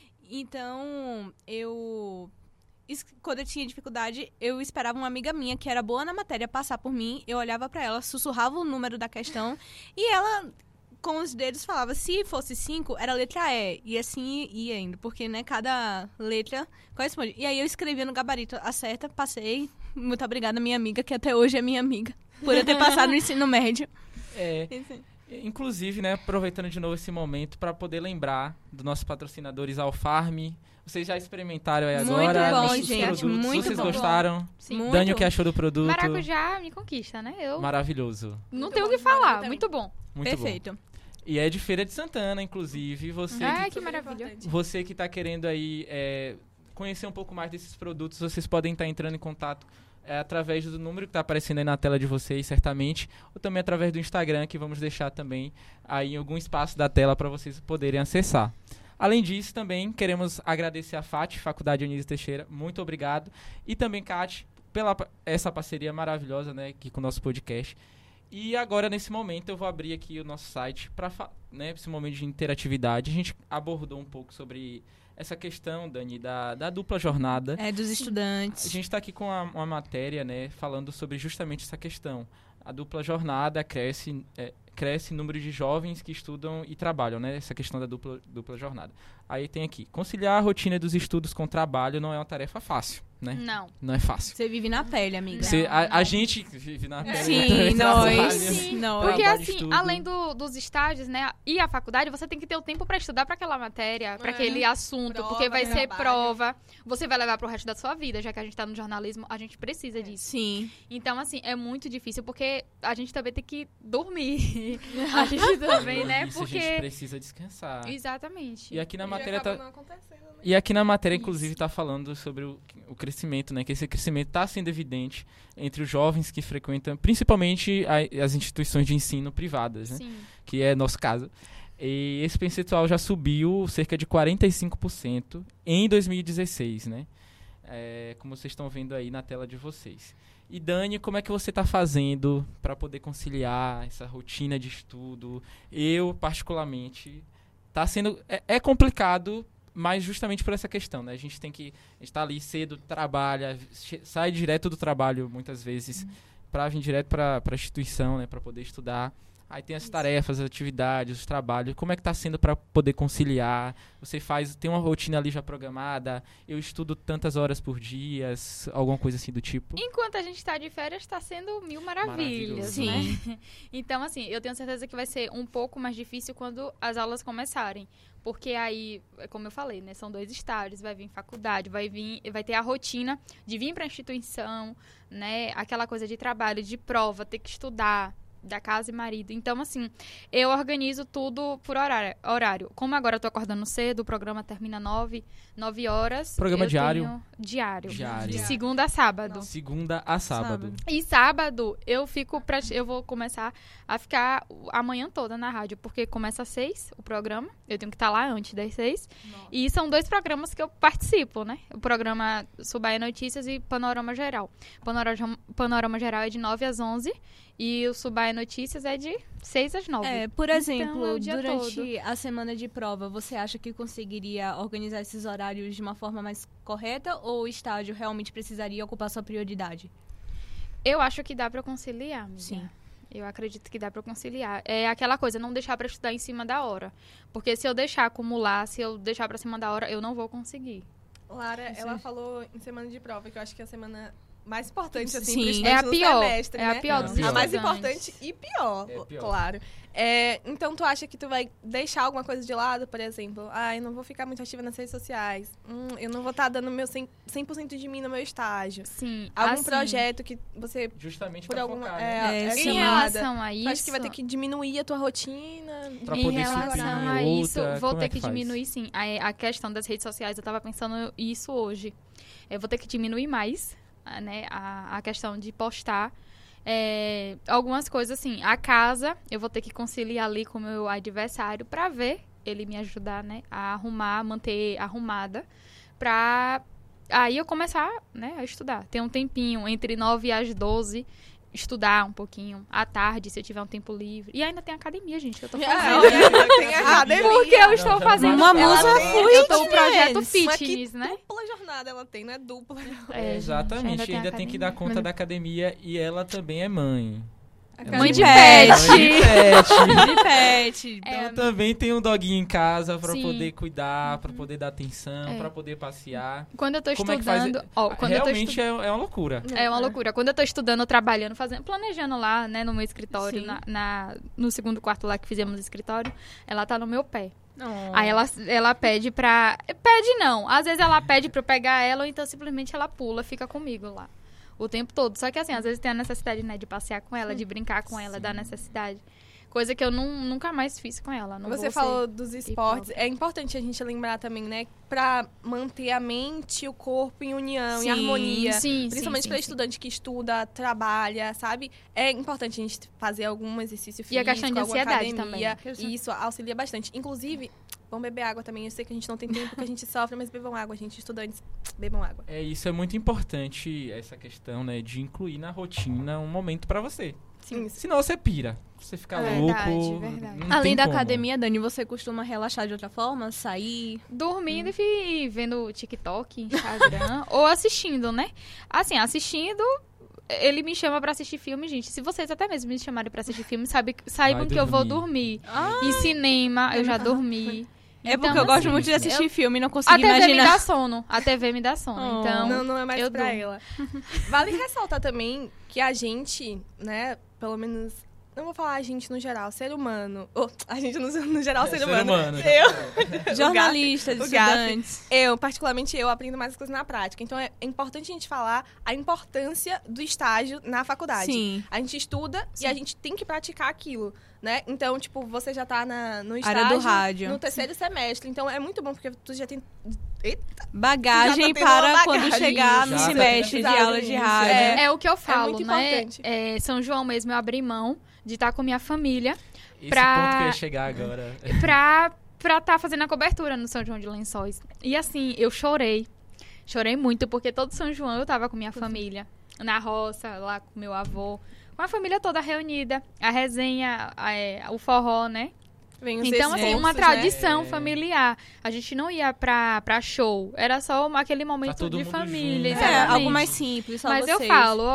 Então, eu... es- Quando eu tinha dificuldade, eu esperava uma amiga minha, que era boa na matéria, passar por mim. Eu olhava pra ela, sussurrava o número da questão, e ela, com os dedos, falava, se fosse cinco, era a letra E. E assim ia indo, porque, né, cada letra corresponde. E aí eu escrevia no gabarito a certa, passei. Muito obrigada, minha amiga, que até hoje é minha amiga, por eu ter passado no ensino médio. É, inclusive, né, aproveitando de novo esse momento para poder lembrar dos nossos patrocinadores Alfarm. Vocês já experimentaram aí Muito agora bom, os gente, produtos? muito Vocês bom. gostaram? Sim. Muito. Dani, o que achou do produto? Maracujá me conquista, né? Eu Maravilhoso. não Muito tenho o bom, que falar. maracujá Muito bom. Muito Perfeito. bom. E é de Feira de Santana, inclusive. Você Ai, que, que maravilha. você que tá querendo aí é, conhecer um pouco mais desses produtos, vocês podem estar entrando em contato é, através do número que tá aparecendo aí na tela de vocês, certamente. Ou também através do Instagram, que vamos deixar também aí em algum espaço da tela para vocês poderem acessar. Além disso, também queremos agradecer a F A T, Faculdade Anísio Teixeira. Muito obrigado. E também, Kate, pela pa- essa parceria maravilhosa, né, aqui com o nosso podcast. E agora, nesse momento, eu vou abrir aqui o nosso site para, né, esse momento de interatividade. A gente abordou um pouco sobre essa questão, Dani, da, da dupla jornada. É, dos A estudantes. gente está aqui com uma, uma matéria, né, falando sobre justamente essa questão. A dupla jornada cresce, é, cresce o número de jovens que estudam e trabalham, né? Essa questão da dupla, dupla jornada. Aí tem aqui, conciliar a rotina dos estudos com o trabalho não é uma tarefa fácil, né? Não. Não é fácil. Você vive na pele, amiga. Você- a, a não. gente vive na pele, Sim, também trabalha. nós. Sim, nós. Porque Trabalho, assim, estudo. além do- dos estágios, né, e a faculdade, você tem que ter o tempo pra estudar pra aquela matéria, pra É. aquele assunto, Prova, porque vai ser trabalho. prova, você vai levar pro resto da sua vida, já que a gente tá no jornalismo, a gente precisa disso. Sim. Então, assim, é muito difícil, porque a gente também tem que dormir. A gente também, né, Isso, porque... a gente precisa descansar. Exatamente. E aqui na E matéria acaba tá... não acontecendo, né? E aqui na matéria, Isso. inclusive, está falando sobre o, o crescimento, né? Que esse crescimento está sendo evidente entre os jovens que frequentam, principalmente a- as instituições de ensino privadas, né? Sim. Que é nosso caso. E esse percentual já subiu cerca de quarenta e cinco por cento em dois mil e dezesseis, né? É, como vocês estão vendo aí na tela de vocês. E Dani, como é que você está fazendo para poder conciliar essa rotina de estudo? Eu, particularmente, tá sendo é, é complicado, mas justamente por essa questão, né? A gente tem que a gente tá ali cedo, trabalha, che- sai direto do trabalho muitas vezes para vir direto para a instituição, né? Para poder estudar. Aí tem as tarefas, as atividades, os trabalhos. Como é que tá sendo para poder conciliar? Você faz, tem uma rotina ali já programada? Eu estudo tantas horas por dia, alguma coisa assim do tipo? Enquanto a gente tá de férias, tá sendo mil maravilhas, Maravilhoso. né? Então, assim, eu tenho certeza que vai ser um pouco mais difícil quando as aulas começarem. Porque aí, como eu falei, né? São dois estágios, vai vir faculdade, vai vir, vai ter a rotina de vir pra instituição, né? Aquela coisa de trabalho, de prova, ter que estudar, da casa e marido. Então, assim, eu organizo tudo por horário. horário. Como agora eu tô acordando cedo, o programa termina nove, nove horas. Programa eu diário? tenho- Diário. Diário. De segunda a sábado. Segunda a sábado. E sábado eu fico pra, eu vou começar a ficar a manhã toda na rádio, porque começa às seis o programa. Eu tenho que estar lá antes das seis. E são dois programas que eu participo, né? O programa Subaia Notícias e Panorama Geral. Panorama, Panorama Geral é de nove às onze e o Subaia Notícias é de seis às nove. É, por Então, exemplo, é o dia durante todo. a semana de prova, você acha que conseguiria organizar esses horários de uma forma mais correta ou o estágio realmente precisaria ocupar sua prioridade? Eu acho que dá pra conciliar, amiga. Sim. Eu acredito que dá pra conciliar. É aquela coisa, não deixar pra estudar em cima da hora. Porque se eu deixar acumular, se eu deixar pra cima da hora, eu não vou conseguir. Lara, ela falou em semana de prova, que eu acho que é a semana mais importante, assim, Sim. pro É estudante a no pior. semestre, é né? a pior É, dos pior. A mais estudantes. importante e pior, É pior. claro. É, então, tu acha que tu vai deixar alguma coisa de lado, por exemplo? Ah, eu não vou ficar muito ativa nas redes sociais. Hum, eu não vou estar dando meu cem por cento de mim no meu estágio. Sim. Algum assim, projeto que você, Justamente por pra alguma... focar, é, né? É, é sim. Em chamada. relação a Tu isso... acha que vai ter que diminuir a tua rotina? Pra em poder relação suprir a isso, outra, vou como ter é que que, faz? diminuir, sim. A, a questão das redes sociais, eu tava pensando isso hoje. Eu vou ter que diminuir mais, ah, né, a, a questão de postar é, algumas coisas, assim. A casa, eu vou ter que conciliar ali com o meu adversário pra ver ele me ajudar, né, a arrumar, manter arrumada, pra aí eu começar, né, a estudar. Ter um tempinho entre nove e as doze, estudar um pouquinho, à tarde, se eu tiver um tempo livre. E ainda tem academia, gente, que eu tô fazendo. É, tem academia. Porque eu Não, estou já fazendo Uma ela musa tem- Eu tô o projeto Mas que fitness, né? dupla jornada ela tem, não é dupla. É, Exatamente, gente, ainda, ainda tem que academia. dar conta da academia e ela também é mãe. É Mãe de mãe pet. de pet. De pet. É, Então também tem um doguinho em casa pra Sim. poder cuidar, pra poder dar atenção, É. pra poder passear. Quando eu tô Como é que faz? estudando, ó, quando eu tô Realmente estudando, é, é uma loucura. é uma loucura. Quando eu tô estudando, trabalhando, fazendo, planejando lá, né, no meu escritório, Sim. na, na- no segundo quarto lá que fizemos o escritório, ela tá no meu pé. Não. Aí ela, ela pede pra... Pede não. Às vezes ela pede pra eu pegar ela, ou então simplesmente ela pula, fica comigo lá. O tempo todo. Só que assim, às vezes tem a necessidade, né, de passear com ela, de brincar com ela, da necessidade. Coisa que eu não, nunca mais fiz com ela. Não Você vou falou ser- dos esportes. É importante a gente lembrar também, né? Pra manter a mente e o corpo em união, em Sim, harmonia. Sim, Principalmente sim, para sim, estudante que estuda, trabalha, sabe? É importante a gente fazer algum exercício físico, E a questão de alguma ansiedade academia. também. E isso auxilia bastante. Inclusive, vamos beber água também. Eu sei que a gente não tem tempo, que a gente sofre, mas bebam água, gente. Estudantes, bebam água. É, isso é muito importante, essa questão, né, de incluir na rotina um momento pra você. Sim. Senão você pira. Você fica Verdade, louco. verdade. não Além tem da como. academia, Dani, você costuma relaxar de outra forma? Sair? Dormindo e fi- vendo TikTok, Instagram, ou assistindo, né? Assim, assistindo, ele me chama pra assistir filme, gente. Se vocês até mesmo me chamarem pra assistir filme, sabe, saibam Vai que eu vou dormir. dormir. Em cinema, eu já dormi. É porque Então, eu gosto assim, muito de assistir eu- filme e não A consigo T V me imaginar. dá sono. A T V me dá sono. Oh. Então, Não, não é mais eu pra durmo. ela. Vale ressaltar também que a gente, né, pelo menos... Não vou falar a gente no geral, ser humano. Oh, a gente no, no geral, É, ser, ser humano. humano. Eu, Jornalistas, O Gaf- estudantes. eu, particularmente eu, aprendo mais as coisas na prática. Então, é importante a gente falar a importância do estágio na faculdade. Sim. A gente estuda e a gente tem que praticar aquilo, né? Então, tipo, você já tá na, no estágio... Área do rádio. No terceiro semestre. Então, é muito bom, porque tu já tem... Eita! Bagagem Já tá tendo para uma quando bagagem. chegar no Já tá semestre de tendo aulas de isso, rádio. é. é o que eu falo, muito né? importante. É, São João mesmo, eu abri mão de estar com minha família Esse Pra- ponto que eu ia chegar agora. pra pra estar fazendo a cobertura no São João de Lençóis. E assim, eu chorei. Chorei muito, porque todo São João eu tava com minha família. Na roça, lá com meu avô. Com a família toda reunida. A resenha, a- é, o forró, né? Vem os Então, assim, uma esforços, né? tradição É. familiar. A gente não ia pra, pra show. Era só aquele momento todo de mundo família. junto. É, exatamente. algo mais simples, só Mas eu vocês. falo, ó,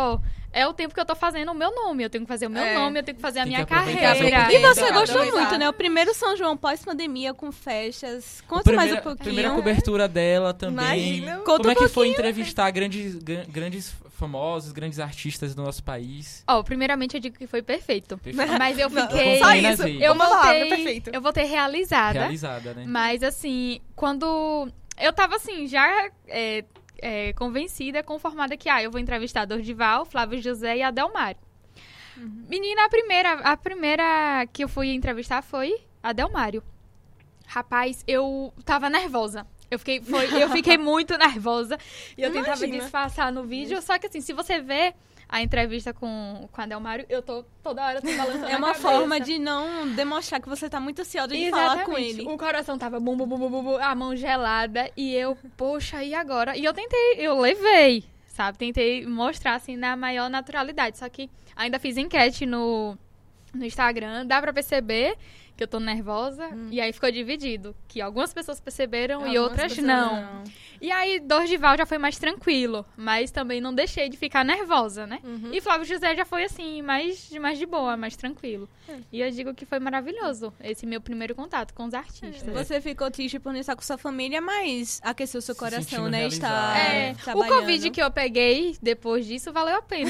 é o tempo que eu tô fazendo o meu nome. Eu tenho que fazer o meu É. nome, eu tenho que fazer a Tem que minha aproveitar essa carreira. E você Obrigado. gostou Obrigada. muito, né? O primeiro São João pós-pandemia, com festas. A Conta mais primeira, um pouquinho. primeira cobertura dela também. Imagina. Conta Como é um que foi entrevistar grandes, gran- grandes famosos, grandes artistas do nosso país? Ó, primeiramente eu digo que foi perfeito. Perfeito. Mas eu Não, fiquei... Só Também isso. nas Eu Uma palavra, voltei, perfeito. eu voltei realizada. Realizada, né? Mas assim, quando eu tava assim, já é, é, convencida, conformada que ah, eu vou entrevistar Dorival, Flávio José e Adelmário. Menina, a primeira, a primeira que eu fui entrevistar foi Adelmário. Rapaz, eu tava nervosa. Eu fiquei, foi, eu fiquei muito nervosa. E eu tentava Imagina. disfarçar no vídeo. Só que assim, se você vê a entrevista com, com a Adelmário, eu tô toda hora tô balançando É a uma cabeça. forma de não demonstrar que você tá muito ansiosa de falar com Exatamente. ele. O coração tava bum, bum, bum, bum, bum, bum, a mão gelada. E eu, poxa, e agora? E eu tentei, eu levei, sabe? Tentei mostrar, assim, na maior naturalidade. Só que ainda fiz enquete no, no Instagram. Dá pra perceber que eu tô nervosa. E aí ficou dividido. Que algumas pessoas perceberam e Algumas outras pessoas não. E aí, Dorival já foi mais tranquilo. Mas também não deixei de ficar nervosa, né? Uhum. E Flávio José já foi assim, mais, mais de boa, mais tranquilo. E eu digo que foi maravilhoso esse meu primeiro contato com os artistas. Você ficou triste por não estar com sua família, mas aqueceu seu Se coração, sentindo né? Estar realizada. É, o trabalhando. Covid que eu peguei depois disso valeu a pena.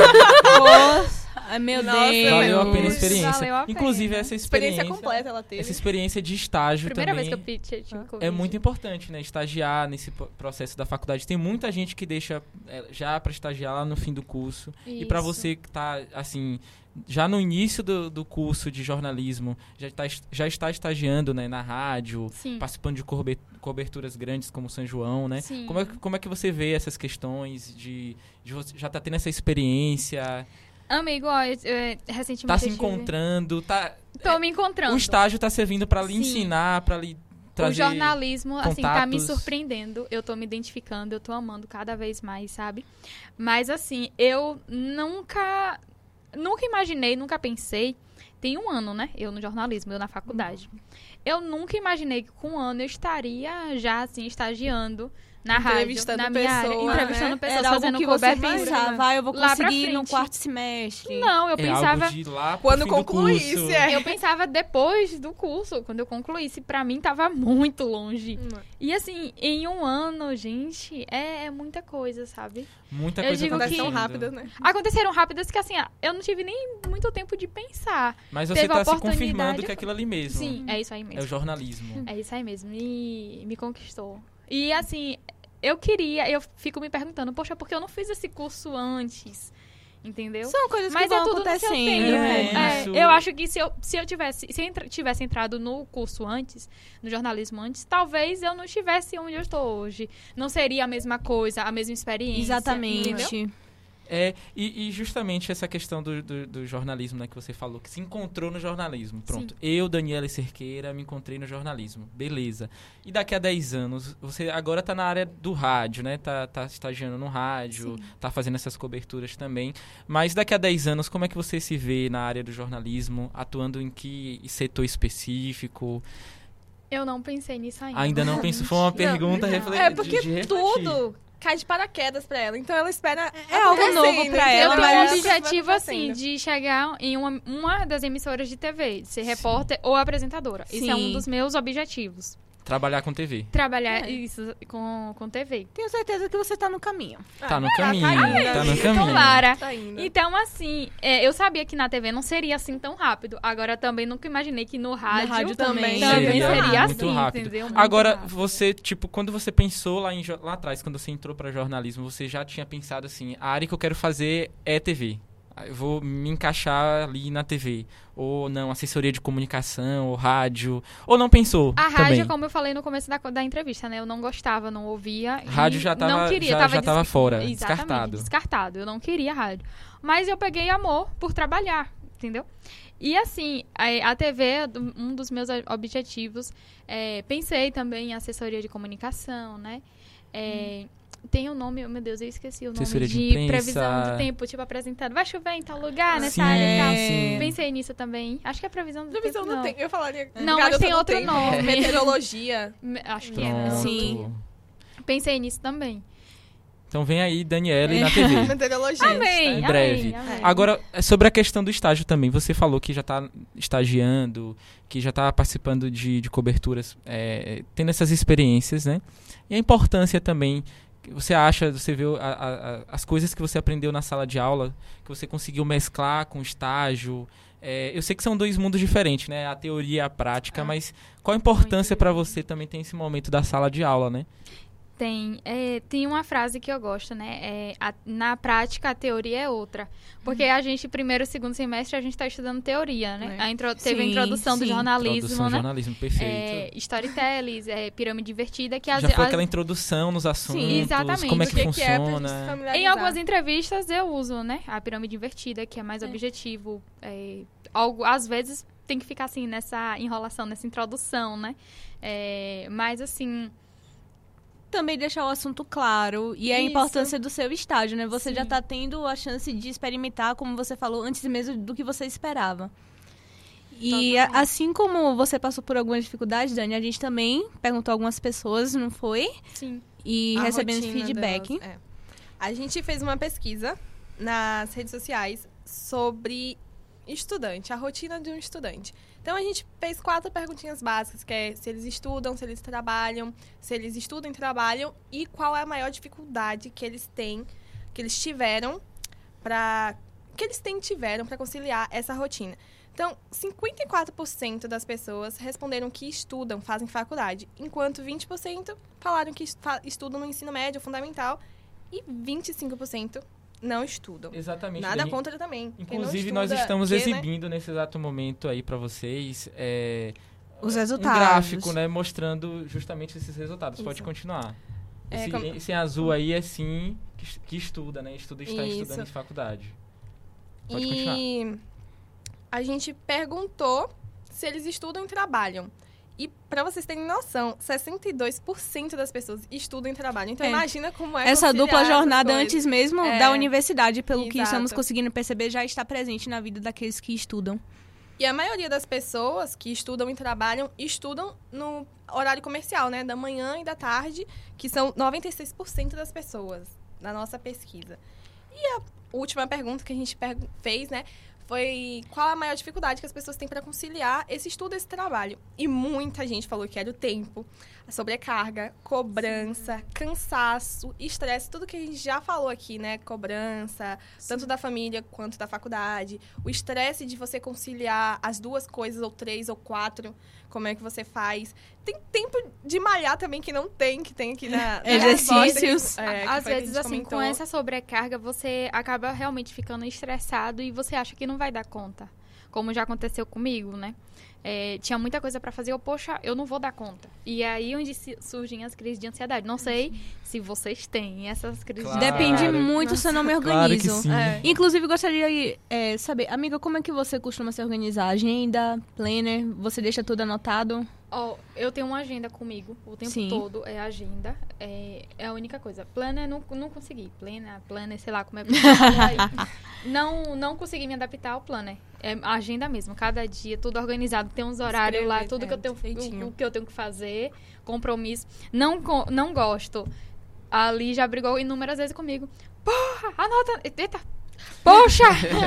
Nossa, ai, meu Nossa, Deus. Valeu a pena a Deus. experiência. Valeu a pena. Inclusive, essa experiência, Experiência completa ela teve. essa experiência de estágio Primeira também vez que eu tive tive Covid. é muito importante, né? Estagiar nesse po- processo da faculdade. Tem muita gente que deixa é, já para estagiar lá no fim do curso. E para Isso. você que tá, assim, já no início do, do curso de jornalismo, já, tá, est- já está estagiando, né, na rádio, Sim. participando de corbe- coberturas grandes como São João, né? Sim. Como é, que- como é que você vê essas questões de, de você já tá tendo essa experiência, Amigo, ó, eu, eu, recentemente tá se eu tive- encontrando, tá... Tô me encontrando. O estágio tá servindo para lhe Sim. ensinar, para lhe trazer... O jornalismo, assim, tá me contatos. surpreendendo. Eu tô me identificando, eu tô amando cada vez mais, sabe? Mas, assim, eu nunca... Nunca imaginei, nunca pensei... Tem um ano, né? Eu no jornalismo, eu na faculdade. Eu nunca imaginei que com um ano eu estaria já, assim, estagiando na rádio, Entrevistando na minha área. pessoas, Entrevistando né? pessoas, Era algo fazendo que você cobertura. pensava, ah, eu vou Lá pra conseguir no frente. quarto semestre. Não, eu É pensava... algo de lá pro Quando fim do concluísse, curso. é. Eu pensava depois do curso, quando eu concluísse, pra mim tava muito longe. Hum. E assim, em um ano, gente, é, é muita coisa, sabe? Muita Eu coisa digo Acontece que- tão acontecendo. rápidas, né? Aconteceram rápidas que assim, ah, eu não tive nem muito tempo de pensar. Mas você Teve tá se oportunidade, confirmando que é foi- aquilo ali mesmo. Sim, é isso aí É o mesmo. jornalismo. É isso aí mesmo. Me, me conquistou. E assim, eu queria, eu fico me perguntando, poxa, por que eu não fiz esse curso antes? Entendeu? São coisas Mas que vão é tudo no seu acontecendo. tempo. É, É, isso. eu acho que se eu, se eu tivesse, se eu entra- tivesse entrado no curso antes, no jornalismo antes, talvez eu não estivesse onde eu estou hoje. Não seria a mesma coisa, a mesma experiência. Exatamente. entendeu? É, e, e justamente essa questão do, do, do jornalismo, né, que você falou, que se encontrou no jornalismo. Pronto, eu, Daniela Cerqueira, me encontrei no jornalismo. Beleza. E daqui a dez anos, você agora tá na área do rádio, né? Tá, tá estagiando no rádio, Sim. tá fazendo essas coberturas também. Mas daqui a dez anos, como é que você se vê na área do jornalismo, atuando em que setor específico? Eu não pensei nisso ainda. Ainda não pensou? Foi uma pergunta não. refle- É de- porque de refletir. tudo cai de paraquedas pra ela. Então ela espera. É algo acontecendo, novo pra entendeu? ela, Eu tenho mas um as coisas vão objetivo, assim, acontecendo. de chegar em uma, uma das emissoras de T V, de ser repórter ou apresentadora. Isso é um Sim. dos meus objetivos. Trabalhar com T V. Trabalhar É. isso com, com T V. Tenho certeza que você tá no caminho. Tá no tá caminho, indo. tá no caminho. Tomara. Tá indo. Então, assim, é, eu sabia que na T V não seria assim tão rápido. Agora, também nunca imaginei que no rádio, rádio também. também Seria seria, muito assim, rápido. entendeu? Muito Agora, rápido. você, tipo, quando você pensou lá, em, jo- lá atrás, quando você entrou pra jornalismo, você já tinha pensado assim, a área que eu quero fazer é T V. Eu vou me encaixar ali na T V. Ou não, assessoria de comunicação, ou rádio. Ou não pensou A rádio, também? como eu falei no começo da, da entrevista, né? Eu não gostava, não ouvia. e Rádio já tava- não queria, já- tava já tava des- fora, Exatamente, descartado. descartado. Eu não queria rádio. Mas eu peguei amor por trabalhar, entendeu? E assim, a, a T V é do- um dos meus objetivos. É, pensei também em assessoria de comunicação, né? É, Tem o um nome, meu Deus, eu esqueci o nome. Assessoria de de imprensa. previsão de tempo, tipo apresentado. Vai chover em tal lugar, nessa Sim, área e tal. sim. Pensei nisso também. Acho que é previsão do Previsão tempo, do tempo. Eu falaria. Não, mas garota tem do outro tempo. nome. Meteorologia. Me- Acho que é. Pronto. Sim. Pensei nisso também. Então vem aí Daniela e na T V. Meteorologia. Amém, Em breve. amém, amém. Agora, sobre a questão do estágio também. Você falou que já está estagiando, que já está participando de, de coberturas, é, tendo essas experiências, né? E a importância também, que você acha, você viu a, a, a, as coisas que você aprendeu na sala de aula, que você conseguiu mesclar com o estágio. É, eu sei que são dois mundos diferentes, né? A teoria e a prática, Ah, mas qual a importância muito para você também ter esse momento da sala de aula, né? Tem, é, tem uma frase que eu gosto, né? É, a- na prática, a teoria é outra. Porque a gente, primeiro e segundo semestre, a gente está estudando teoria, né? É. A intro- teve a Sim, introdução do sim. jornalismo, Introdução ao né? jornalismo, perfeito. É, storytelling, é, pirâmide invertida, que às Já ve- foi às- aquela introdução nos assuntos, exatamente. como é Do que, que que é pra gente se funciona. familiarizar. Em algumas entrevistas eu uso, né? A pirâmide invertida, que é mais É. objetivo. É, algo, às vezes tem que ficar assim nessa enrolação, nessa introdução, né? É, mas assim, Também deixar o assunto claro e a Isso. importância do seu estágio, né? Você Sim. já tá tendo a chance de experimentar, como você falou, antes mesmo do que você esperava. E a- Totalmente. assim como você passou por algumas dificuldades, Dani, a gente também perguntou a algumas pessoas, não foi? sim. E A recebendo rotina feedback. delas, é. A gente fez uma pesquisa nas redes sociais sobre estudante, a rotina de um estudante. Então, a gente fez quatro perguntinhas básicas, que é se eles estudam, se eles trabalham, se eles estudam e trabalham e qual é a maior dificuldade que eles têm, que eles tiveram para que eles têm tiveram para conciliar essa rotina. Então, cinquenta e quatro por cento das pessoas responderam que estudam, fazem faculdade, enquanto vinte por cento falaram que fa- estudam no ensino médio fundamental e vinte e cinco por cento não estudam. Exatamente. Nada Dani. contra também. Quem não Inclusive, estuda, nós estamos que, né? exibindo nesse exato momento aí para vocês é, Os um resultados. gráfico, né, mostrando justamente esses resultados. Isso. Pode continuar. É, Esse, como- esse em azul aí é sim que, es- que estuda, né? Estuda e está Isso. estudando em faculdade. Pode E continuar. a gente perguntou se eles estudam e trabalham. E para vocês terem noção, sessenta e dois por cento das pessoas estudam e trabalham. Então É. imagina como é Essa conciliar dupla essas jornada coisas. antes mesmo É. da universidade, pelo que Exato. estamos conseguindo perceber, já está presente na vida daqueles que estudam. E a maioria das pessoas que estudam e trabalham, estudam no horário comercial, né? Da manhã e da tarde, que são noventa e seis por cento das pessoas na nossa pesquisa. E a última pergunta que a gente pergu- fez, né? Foi qual a maior dificuldade que as pessoas têm para conciliar esse estudo e esse trabalho. E muita gente falou que era o tempo, a sobrecarga, cobrança, cansaço, estresse, tudo que a gente já falou aqui, né? Cobrança, tanto da família quanto da faculdade. O estresse de você conciliar as duas coisas, ou três, ou quatro, como é que você faz. Tem tempo de malhar também que não tem, que tem aqui na... na Exercícios. resposta, é, que Às foi que a vezes, gente assim, comentou. com essa sobrecarga, você acaba realmente ficando estressado e você acha que não vai dar conta. Como já aconteceu comigo, né? É, tinha muita coisa pra fazer, eu, poxa, eu não vou dar conta. E aí onde se- surgem as crises de ansiedade. Não sei se vocês têm essas crises Claro. de ansiedade. Depende muito se eu não me Claro que organizo. sim. É. Inclusive, gostaria de é, saber, amiga, como é que você costuma se organizar? Agenda, planner, você deixa tudo anotado? Ó, eu tenho uma agenda comigo o tempo Sim. todo, é agenda, é, é a única coisa. Planner, não, não consegui. Planner, planner, sei lá como é que você fala aí. Não, não consegui me adaptar ao planner. É a agenda mesmo, cada dia, tudo organizado. Tem uns horários lá, Escrever, tudo é, que eu tenho, feitinho. o, o que eu tenho que fazer, compromisso. Não, co- não gosto. Ali já brigou inúmeras vezes comigo. Porra, anota. Eita! Poxa!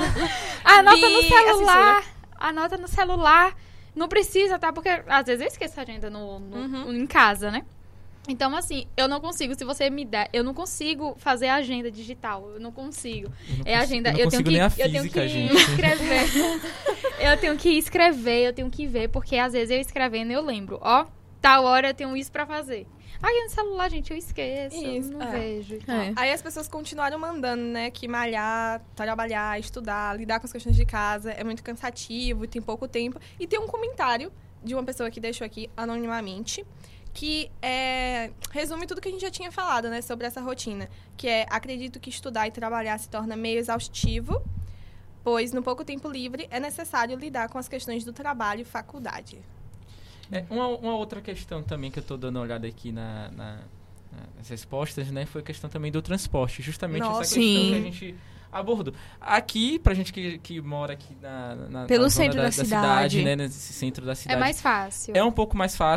Anota no Bi, celular! Anota no celular! Não precisa, tá? Porque às vezes eu esqueço a agenda no, no- Uhum. em casa, né? Então, assim, eu não consigo, se você me der, eu não consigo fazer a agenda digital, eu não consigo. Eu não É a consigo- agenda, eu não eu, tenho consigo que, nem a eu tenho física, que gente. escrever. Eu tenho que escrever, eu tenho que ver, porque às vezes eu escrevendo eu lembro, ó, tal hora eu tenho isso pra fazer. Aí no celular, gente, eu esqueço, Isso, não é. vejo e tal. É. Aí as pessoas continuaram mandando, né, que malhar, trabalhar, estudar, lidar com as questões de casa é muito cansativo, tem pouco tempo. E tem um comentário de uma pessoa que deixou aqui anonimamente, que é, resume tudo que a gente já tinha falado, né, sobre essa rotina. Que é, acredito que estudar e trabalhar se torna meio exaustivo, pois no pouco tempo livre é necessário lidar com as questões do trabalho e faculdade. É, uma, uma outra questão também que eu tô dando uma olhada aqui na, na- nas respostas, né? Foi a questão também do transporte. Justamente Nossa, essa questão sim. que a gente abordou. Aqui, pra gente que, que mora aqui na, na, Pelo na zona centro da cidade, cidade. né? Nesse centro da É cidade. mais fácil. É um pouco mais fácil,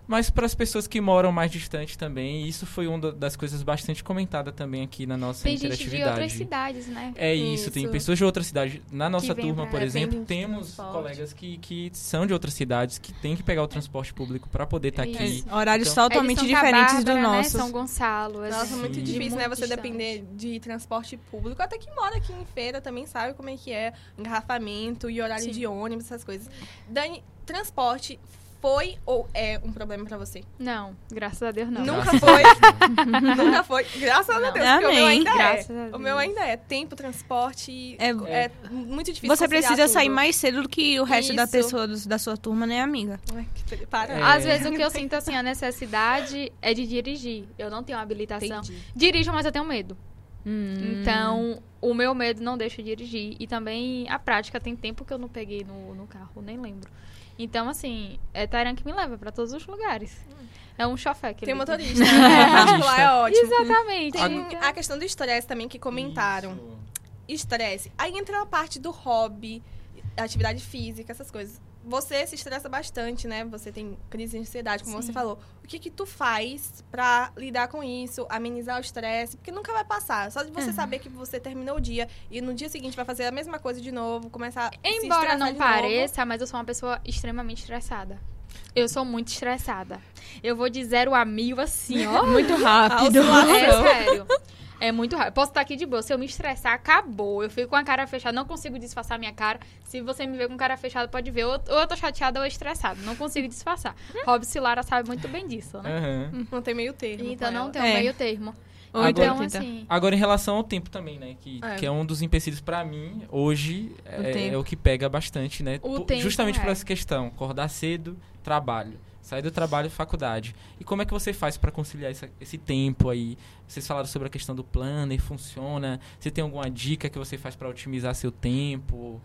mas para as pessoas que moram mais distante também. E isso foi uma das coisas bastante comentadas também aqui na nossa Tem gente interatividade. de outras cidades, né? É isso, Isso. tem pessoas de outras cidades. Na nossa vem turma, pra- por é, exemplo, vem de temos transporte. colegas que, que são de outras cidades, que têm que pegar o transporte público para poder estar aqui. Isso. Horários Então- totalmente Eles são diferentes do Bárbara, né? nosso. São Gonçalo. Nossa, assim, muito Sim. difícil, né? muito Você distante. depender de transporte público. Até que mora aqui em feira também sabe como é que é engarrafamento e horário Sim. de ônibus, essas coisas. Dani, transporte foi ou é um problema pra você? Não, graças a Deus não. Nunca Graças foi. a Deus, não. Nunca foi. Graças a Não. Deus, porque o meu Amém. ainda Graças a é. Deus. O meu ainda é. Tempo, transporte. É- É, muito difícil Você conciliar precisa sair tudo. mais cedo do que o resto da Isso. pessoa do- da sua turma, né, amiga? Ai, que- Para. É. Às vezes o que eu sinto, assim, a necessidade é de dirigir. Eu não tenho habilitação. Entendi. Dirijo, mas eu tenho medo. Hum. Então, o meu medo não deixa de dirigir. E também a prática, tem tempo que eu não peguei no, no carro, nem lembro. Então, assim, é Tairan que me leva pra todos os lugares. É um chofé que Tem ele- motorista. Né? Particular é ótimo. Exatamente. Tem a questão do estresse também que comentaram. Isso. Estresse. Aí entra a parte do hobby, atividade física, essas coisas. Você se estressa bastante, né? Você tem crise de ansiedade, como Sim. você falou. O que que tu faz pra lidar com isso, amenizar o estresse? Porque nunca vai passar. Só de você Uhum. saber que você terminou o dia e no dia seguinte vai fazer a mesma coisa de novo, começar a se Embora estressar não de pareça, mas eu sou uma pessoa extremamente estressada. Eu sou muito estressada. Eu vou de zero a mil assim, ó. Muito rápido. É sério. É muito rápido. Posso estar aqui de boa. Se eu me estressar, acabou. Eu fico com a cara fechada. Não consigo disfarçar a minha cara. Se você me ver com cara fechada, pode ver. Ou, ou eu tô chateada ou estressada. Não consigo disfarçar. Robson e Lara sabe muito bem disso, né? Aham. novo. Não tem meio termo. Então com não ela. tem um É. meio termo. Ou Então, então, assim... Agora, em relação ao tempo também, né? Que É. é, que é um dos empecilhos pra mim, hoje, é, tempo. é o que pega bastante, né? O Por- tempo, Justamente é. por essa questão. Acordar cedo, trabalho. Sair do trabalho, faculdade. E como é que você faz pra conciliar essa- esse tempo aí? Vocês falaram sobre a questão do planner, funciona? Você tem alguma dica que você faz pra otimizar seu tempo?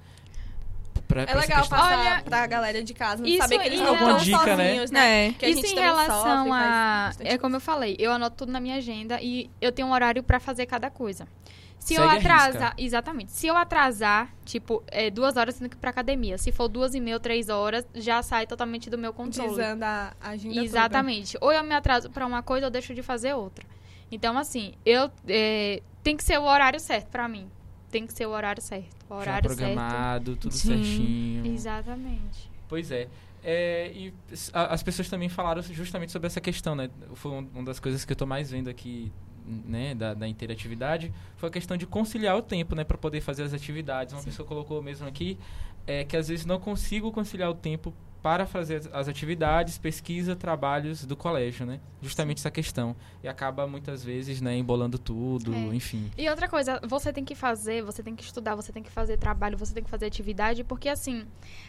Pra, É pra essa legal questão- passar Olha, pra galera de casa, isso saber que eles em não Alguma estão dica, né? sozinhos, né? É. Que a Isso gente em também relação sofre, faz a... bastante É como eu falei, eu anoto tudo na minha agenda e eu tenho um horário pra fazer cada coisa. Se eu Segue a atrasar... risca. Exatamente. Se eu atrasar, tipo, é, duas horas indo pra academia. Se for duas e meia ou três horas, já sai totalmente do meu controle. Desanda a agenda toda. Exatamente. Ou eu me atraso pra uma coisa ou deixo de fazer outra. Então, assim, eu... É, tem que ser o horário certo pra mim. Tem que ser o horário certo. O Já horário programado, tudo Sim. certinho. certo. Exatamente. Pois é. É, e s- a- as pessoas também falaram justamente sobre essa questão, né? Foi um- uma das coisas que eu tô mais vendo aqui, né, da, da interatividade, foi a questão de conciliar o tempo, né, para poder fazer as atividades. Uma pessoa colocou mesmo aqui é, que às vezes não consigo conciliar o tempo para fazer as, as atividades, pesquisa, trabalhos do colégio, né? Justamente essa questão. E acaba muitas vezes, né, embolando tudo, É. enfim. E outra coisa, você tem que fazer, você tem que estudar, você tem que fazer trabalho, você tem que fazer atividade, porque assim,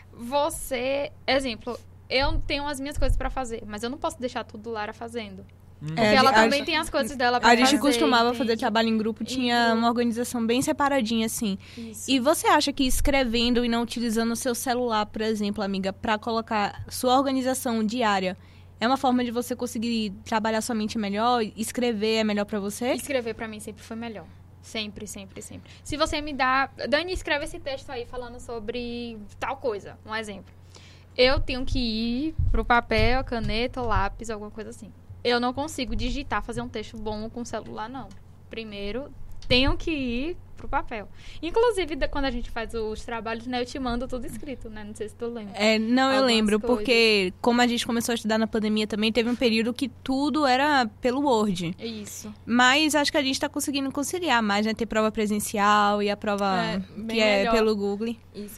você, exemplo, eu tenho as minhas coisas pra fazer, mas eu não posso deixar tudo Lara fazendo. Hum. Porque É, ela a- também tem as coisas dela pra A fazer. gente costumava entende? fazer trabalho em grupo, tinha Então- uma organização bem separadinha, assim. Isso. E você acha que escrevendo e não utilizando o seu celular, por exemplo, amiga, pra colocar sua organização diária, é uma forma de você conseguir trabalhar sua mente melhor? Escrever é melhor pra você? Escrever pra mim sempre foi melhor. Sempre, sempre, sempre. Se você me dá... Dani, escreve esse texto aí falando sobre tal coisa. Um exemplo. Eu tenho que ir pro papel, caneta, lápis, alguma coisa assim. Eu não consigo digitar, fazer um texto bom com o celular, não. Primeiro, tenho que ir pro papel. Inclusive, da- quando a gente faz os trabalhos, né, eu te mando tudo escrito, né? Não sei se tu lembra. É, não, eu Algumas lembro, coisas. porque como a gente começou a estudar na pandemia também, teve um período que tudo era pelo Word. Isso. Mas acho que a gente tá conseguindo conciliar mais, né? Ter prova presencial e a prova É, bem que é melhor. pelo Google. Isso.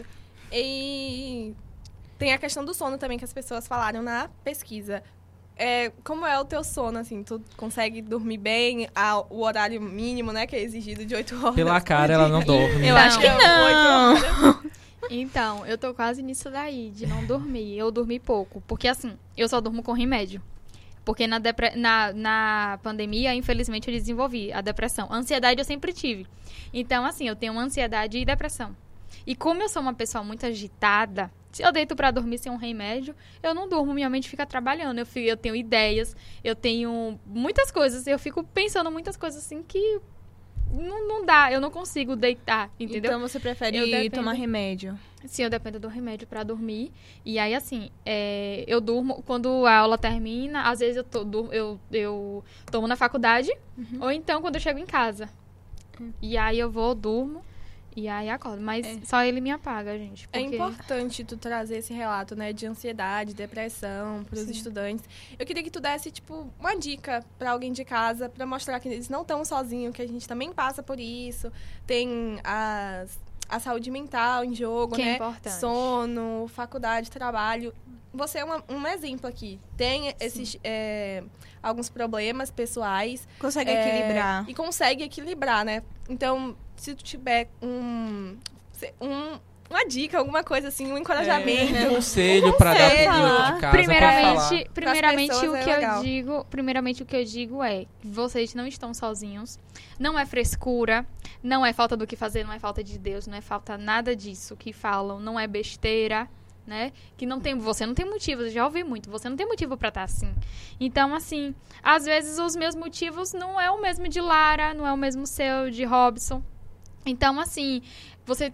E tem a questão do sono também que as pessoas falaram na pesquisa. É, como é o teu sono, assim? Tu consegue dormir bem? A, o horário mínimo, né? Que é exigido de oito horas. Pela cara, ela não dorme. Eu Não. acho que não. oito horas. Então, eu tô quase nisso daí, de não dormir. Eu dormi pouco. Porque, assim, eu só durmo com remédio. Porque na, depre- na, na pandemia, infelizmente, eu desenvolvi a depressão. A ansiedade eu sempre tive. Então, assim, eu tenho uma ansiedade e depressão. E como eu sou uma pessoa muito agitada, se eu deito pra dormir sem um remédio, eu não durmo, minha mente fica trabalhando. Eu, fico, eu tenho ideias, eu tenho muitas coisas. Eu fico pensando muitas coisas, assim, que não, não dá. Eu não consigo deitar, entendeu? Então você Eu prefere dependo. tomar remédio? Sim, eu dependo do remédio pra dormir. E aí, assim, é, eu durmo... Quando a aula termina, às vezes eu, tô, eu, eu tomo na faculdade. Uhum. Ou então, quando eu chego em casa. Uhum. E aí, eu vou, durmo. E aí, acordo. Mas é. só ele me apaga, gente. Porque... É importante tu trazer esse relato, né? De ansiedade, depressão pros Sim. estudantes. Eu queria que tu desse, tipo, uma dica pra alguém de casa. Pra mostrar que eles não estão sozinhos. Que a gente também passa por isso. Tem as... a saúde mental em jogo, que né? É importante. Sono, faculdade, trabalho. Você é uma, um exemplo aqui. Tem esses é, alguns problemas pessoais. Consegue é, equilibrar. E consegue equilibrar, né? Então, se tu tiver um, um, uma dica, alguma coisa assim, um encorajamento. É, um conselho um pra dar pro dentro de casa. Primeiramente, primeiramente o é que legal. eu digo, primeiramente o que eu digo é que vocês não estão sozinhos. Não é frescura, não é falta do que fazer, não é falta de Deus, não é falta nada disso que falam, não é besteira, né? Que não tem, você não tem motivo, eu já ouvi muito, você não tem motivo pra estar assim. Então, assim, às vezes os meus motivos não é o mesmo de Lara, não é o mesmo seu, de Robson. Então, assim, você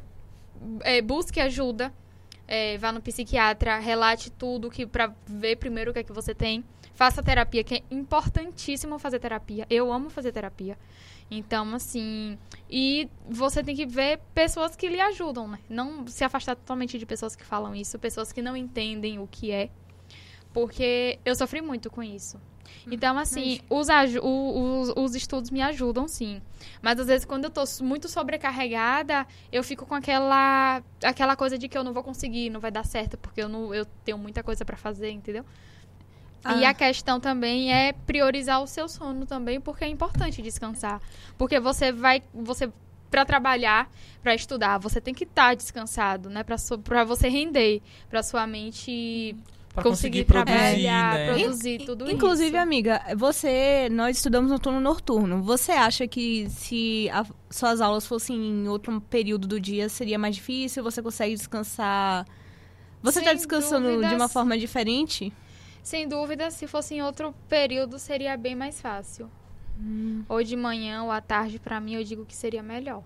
é, busque ajuda, é, vá no psiquiatra, relate tudo que, pra ver primeiro o que é que você tem. Faça terapia, que é importantíssimo fazer terapia. Eu amo fazer terapia. Então, assim... E você tem que ver pessoas que lhe ajudam, né? Não se afastar totalmente de pessoas que falam isso. Pessoas que não entendem o que é. Porque eu sofri muito com isso. Então, assim, os, os, os estudos me ajudam, sim. Mas, às vezes, quando eu tô muito sobrecarregada, eu fico com aquela, aquela coisa de que eu não vou conseguir, não vai dar certo, porque eu, não, eu tenho muita coisa pra fazer, entendeu? Ah. E a questão também é priorizar o seu sono também, porque é importante descansar. Porque você vai, você para trabalhar, para estudar, você tem que estar tá descansado, né? Para você render, para sua mente pra conseguir, conseguir trabalhar, produzir, né? produzir tudo isso. Inclusive, amiga, você, nós estudamos no turno noturno. Você acha que se a, suas aulas fossem em outro período do dia, seria mais difícil? Você consegue descansar? Você está descansando dúvidas. de uma forma diferente? Sem dúvida, se fosse em outro período, seria bem mais fácil. Hum. Ou de manhã ou à tarde, pra mim, eu digo que seria melhor.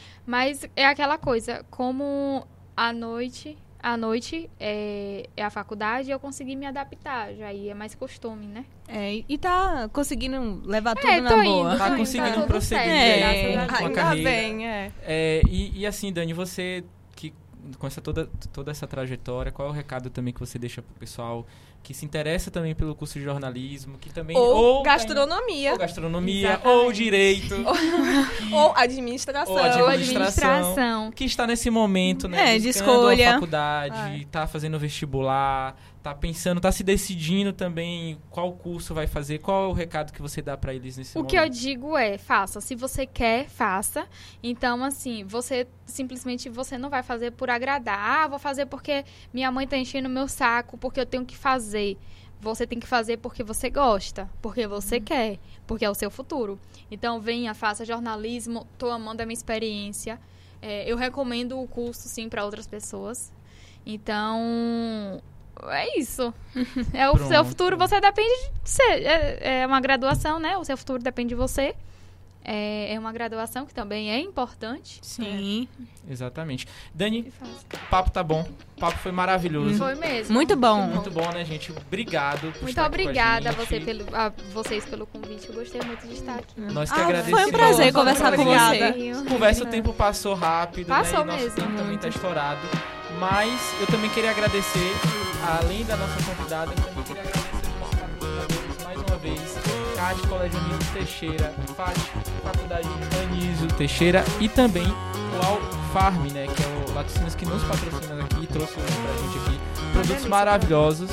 Mas é aquela coisa, como à noite, à noite é, é a faculdade, eu consegui me adaptar, já aí é mais costume, né? É, e tá conseguindo levar tudo é, na tô boa. Indo, tá tô conseguindo indo, prosseguir certo, é, com a Ainda carreira. bem, é. é e, e assim, Dani, você que com essa toda, toda essa trajetória, qual é o recado também que você deixa pro pessoal que se interessa também pelo curso de jornalismo, que também... Ou, ou gastronomia. Ou gastronomia, Exatamente. ou direito. ou, ou administração. Ou administração, administração. Que está nesse momento, né? É, de buscando escolha. a faculdade, Ai. tá fazendo vestibular, tá pensando, tá se decidindo também qual curso vai fazer. Qual é o recado que você dá para eles nesse o momento? O que eu digo é, faça. Se você quer, faça. Então, assim, você simplesmente você não vai fazer por agradar. Ah, vou fazer porque minha mãe tá enchendo o meu saco, porque eu tenho que fazer. Você tem que fazer porque você gosta, porque você uhum. quer, porque é o seu futuro. Então, venha, faça jornalismo. Tô amando a minha experiência. É, eu recomendo o curso, sim, para outras pessoas. Então... É isso. É o Pronto. seu futuro, você depende de você. É, é uma graduação, né? O seu futuro depende de você. É, é uma graduação que também é importante. Sim. É. Exatamente. Dani, o papo tá bom. O papo foi maravilhoso. Foi mesmo. Muito bom. Muito bom, né, gente? Obrigado por Muito estar aqui obrigada com a, a, você gente. pelo, a vocês pelo convite. Eu gostei muito de estar aqui. Nós que Ah, agradecemos. foi um prazer Nossa, conversar muito com obrigada. você. Conversa, o tempo passou rápido, Passou né? E nosso mesmo. tempo também tá estourado. Mas eu também queria agradecer, além da nossa convidada, eu também queria agradecer os nossos patrocinadores mais uma vez. C A T, Colégio Anísio Teixeira, F A T, Faculdade Anísio Teixeira e também o Alfarm, né, que é o laticínios que nos patrocina aqui e trouxe hoje pra gente aqui produtos maravilhosos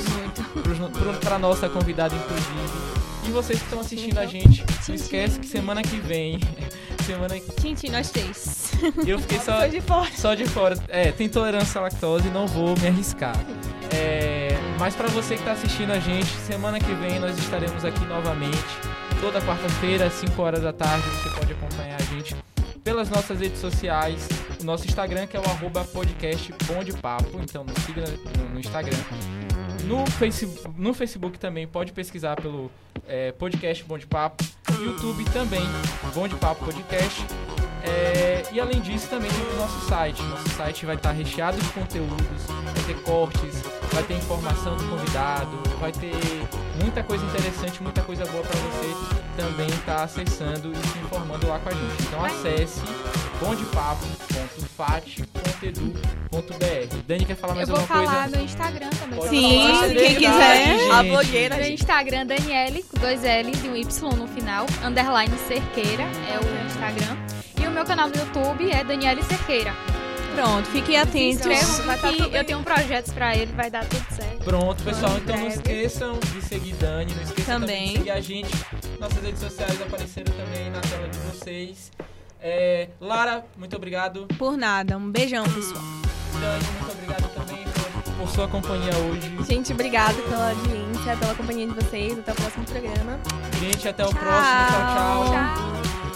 para nossa convidada, inclusive. E vocês que estão assistindo a gente, não esquece que semana que vem... semana que... Tintin, nós três. Eu fiquei só de fora. Só de fora. É, tem intolerância à lactose, não vou me arriscar. É, mas para você que tá assistindo a gente, semana que vem nós estaremos aqui novamente. Toda quarta-feira, às cinco horas da tarde, você pode acompanhar a gente pelas nossas redes sociais. O nosso Instagram, que é o arroba podcast Bom de Papo. Então, nos siga no, no Instagram. No Facebook, no Facebook também, pode pesquisar pelo é, podcast Bom de Papo. YouTube também, Bom de Papo Podcast. É, e além disso, também tem o nosso site. Nosso site vai estar recheado de conteúdos, vai ter cortes, vai ter informação do convidado, vai ter muita coisa interessante, muita coisa boa para você também estar acessando e se informando lá com a gente. Então acesse bondepapo ponto fat ponto edu ponto br. Dani, quer falar mais Eu vou alguma coisa? falar no Instagram também. Pode Sim, falar, quem verdade, quiser, gente. a blogueira. No Instagram, Daniele, com dois L's e um Y no final, underline Cerqueira, é o Instagram. E o meu canal no YouTube é Daniele Cerqueira. Pronto, fiquem Se atentos. inscrevam, Vai tá que tudo eu aí. tenho projetos pra ele, vai dar tudo certo. Pronto, pessoal. Então não breve. esqueçam de seguir Dani, não esqueçam também, Também. de seguir a gente. Nossas redes sociais apareceram também na tela de vocês. É, Lara, muito obrigado. Por nada. Um beijão, pessoal. Dani, muito obrigado também por, por sua companhia hoje. Gente, obrigada pela audiência, pela companhia de vocês. Até o próximo programa. Gente, até o próximo. Tchau, tchau. Tchau.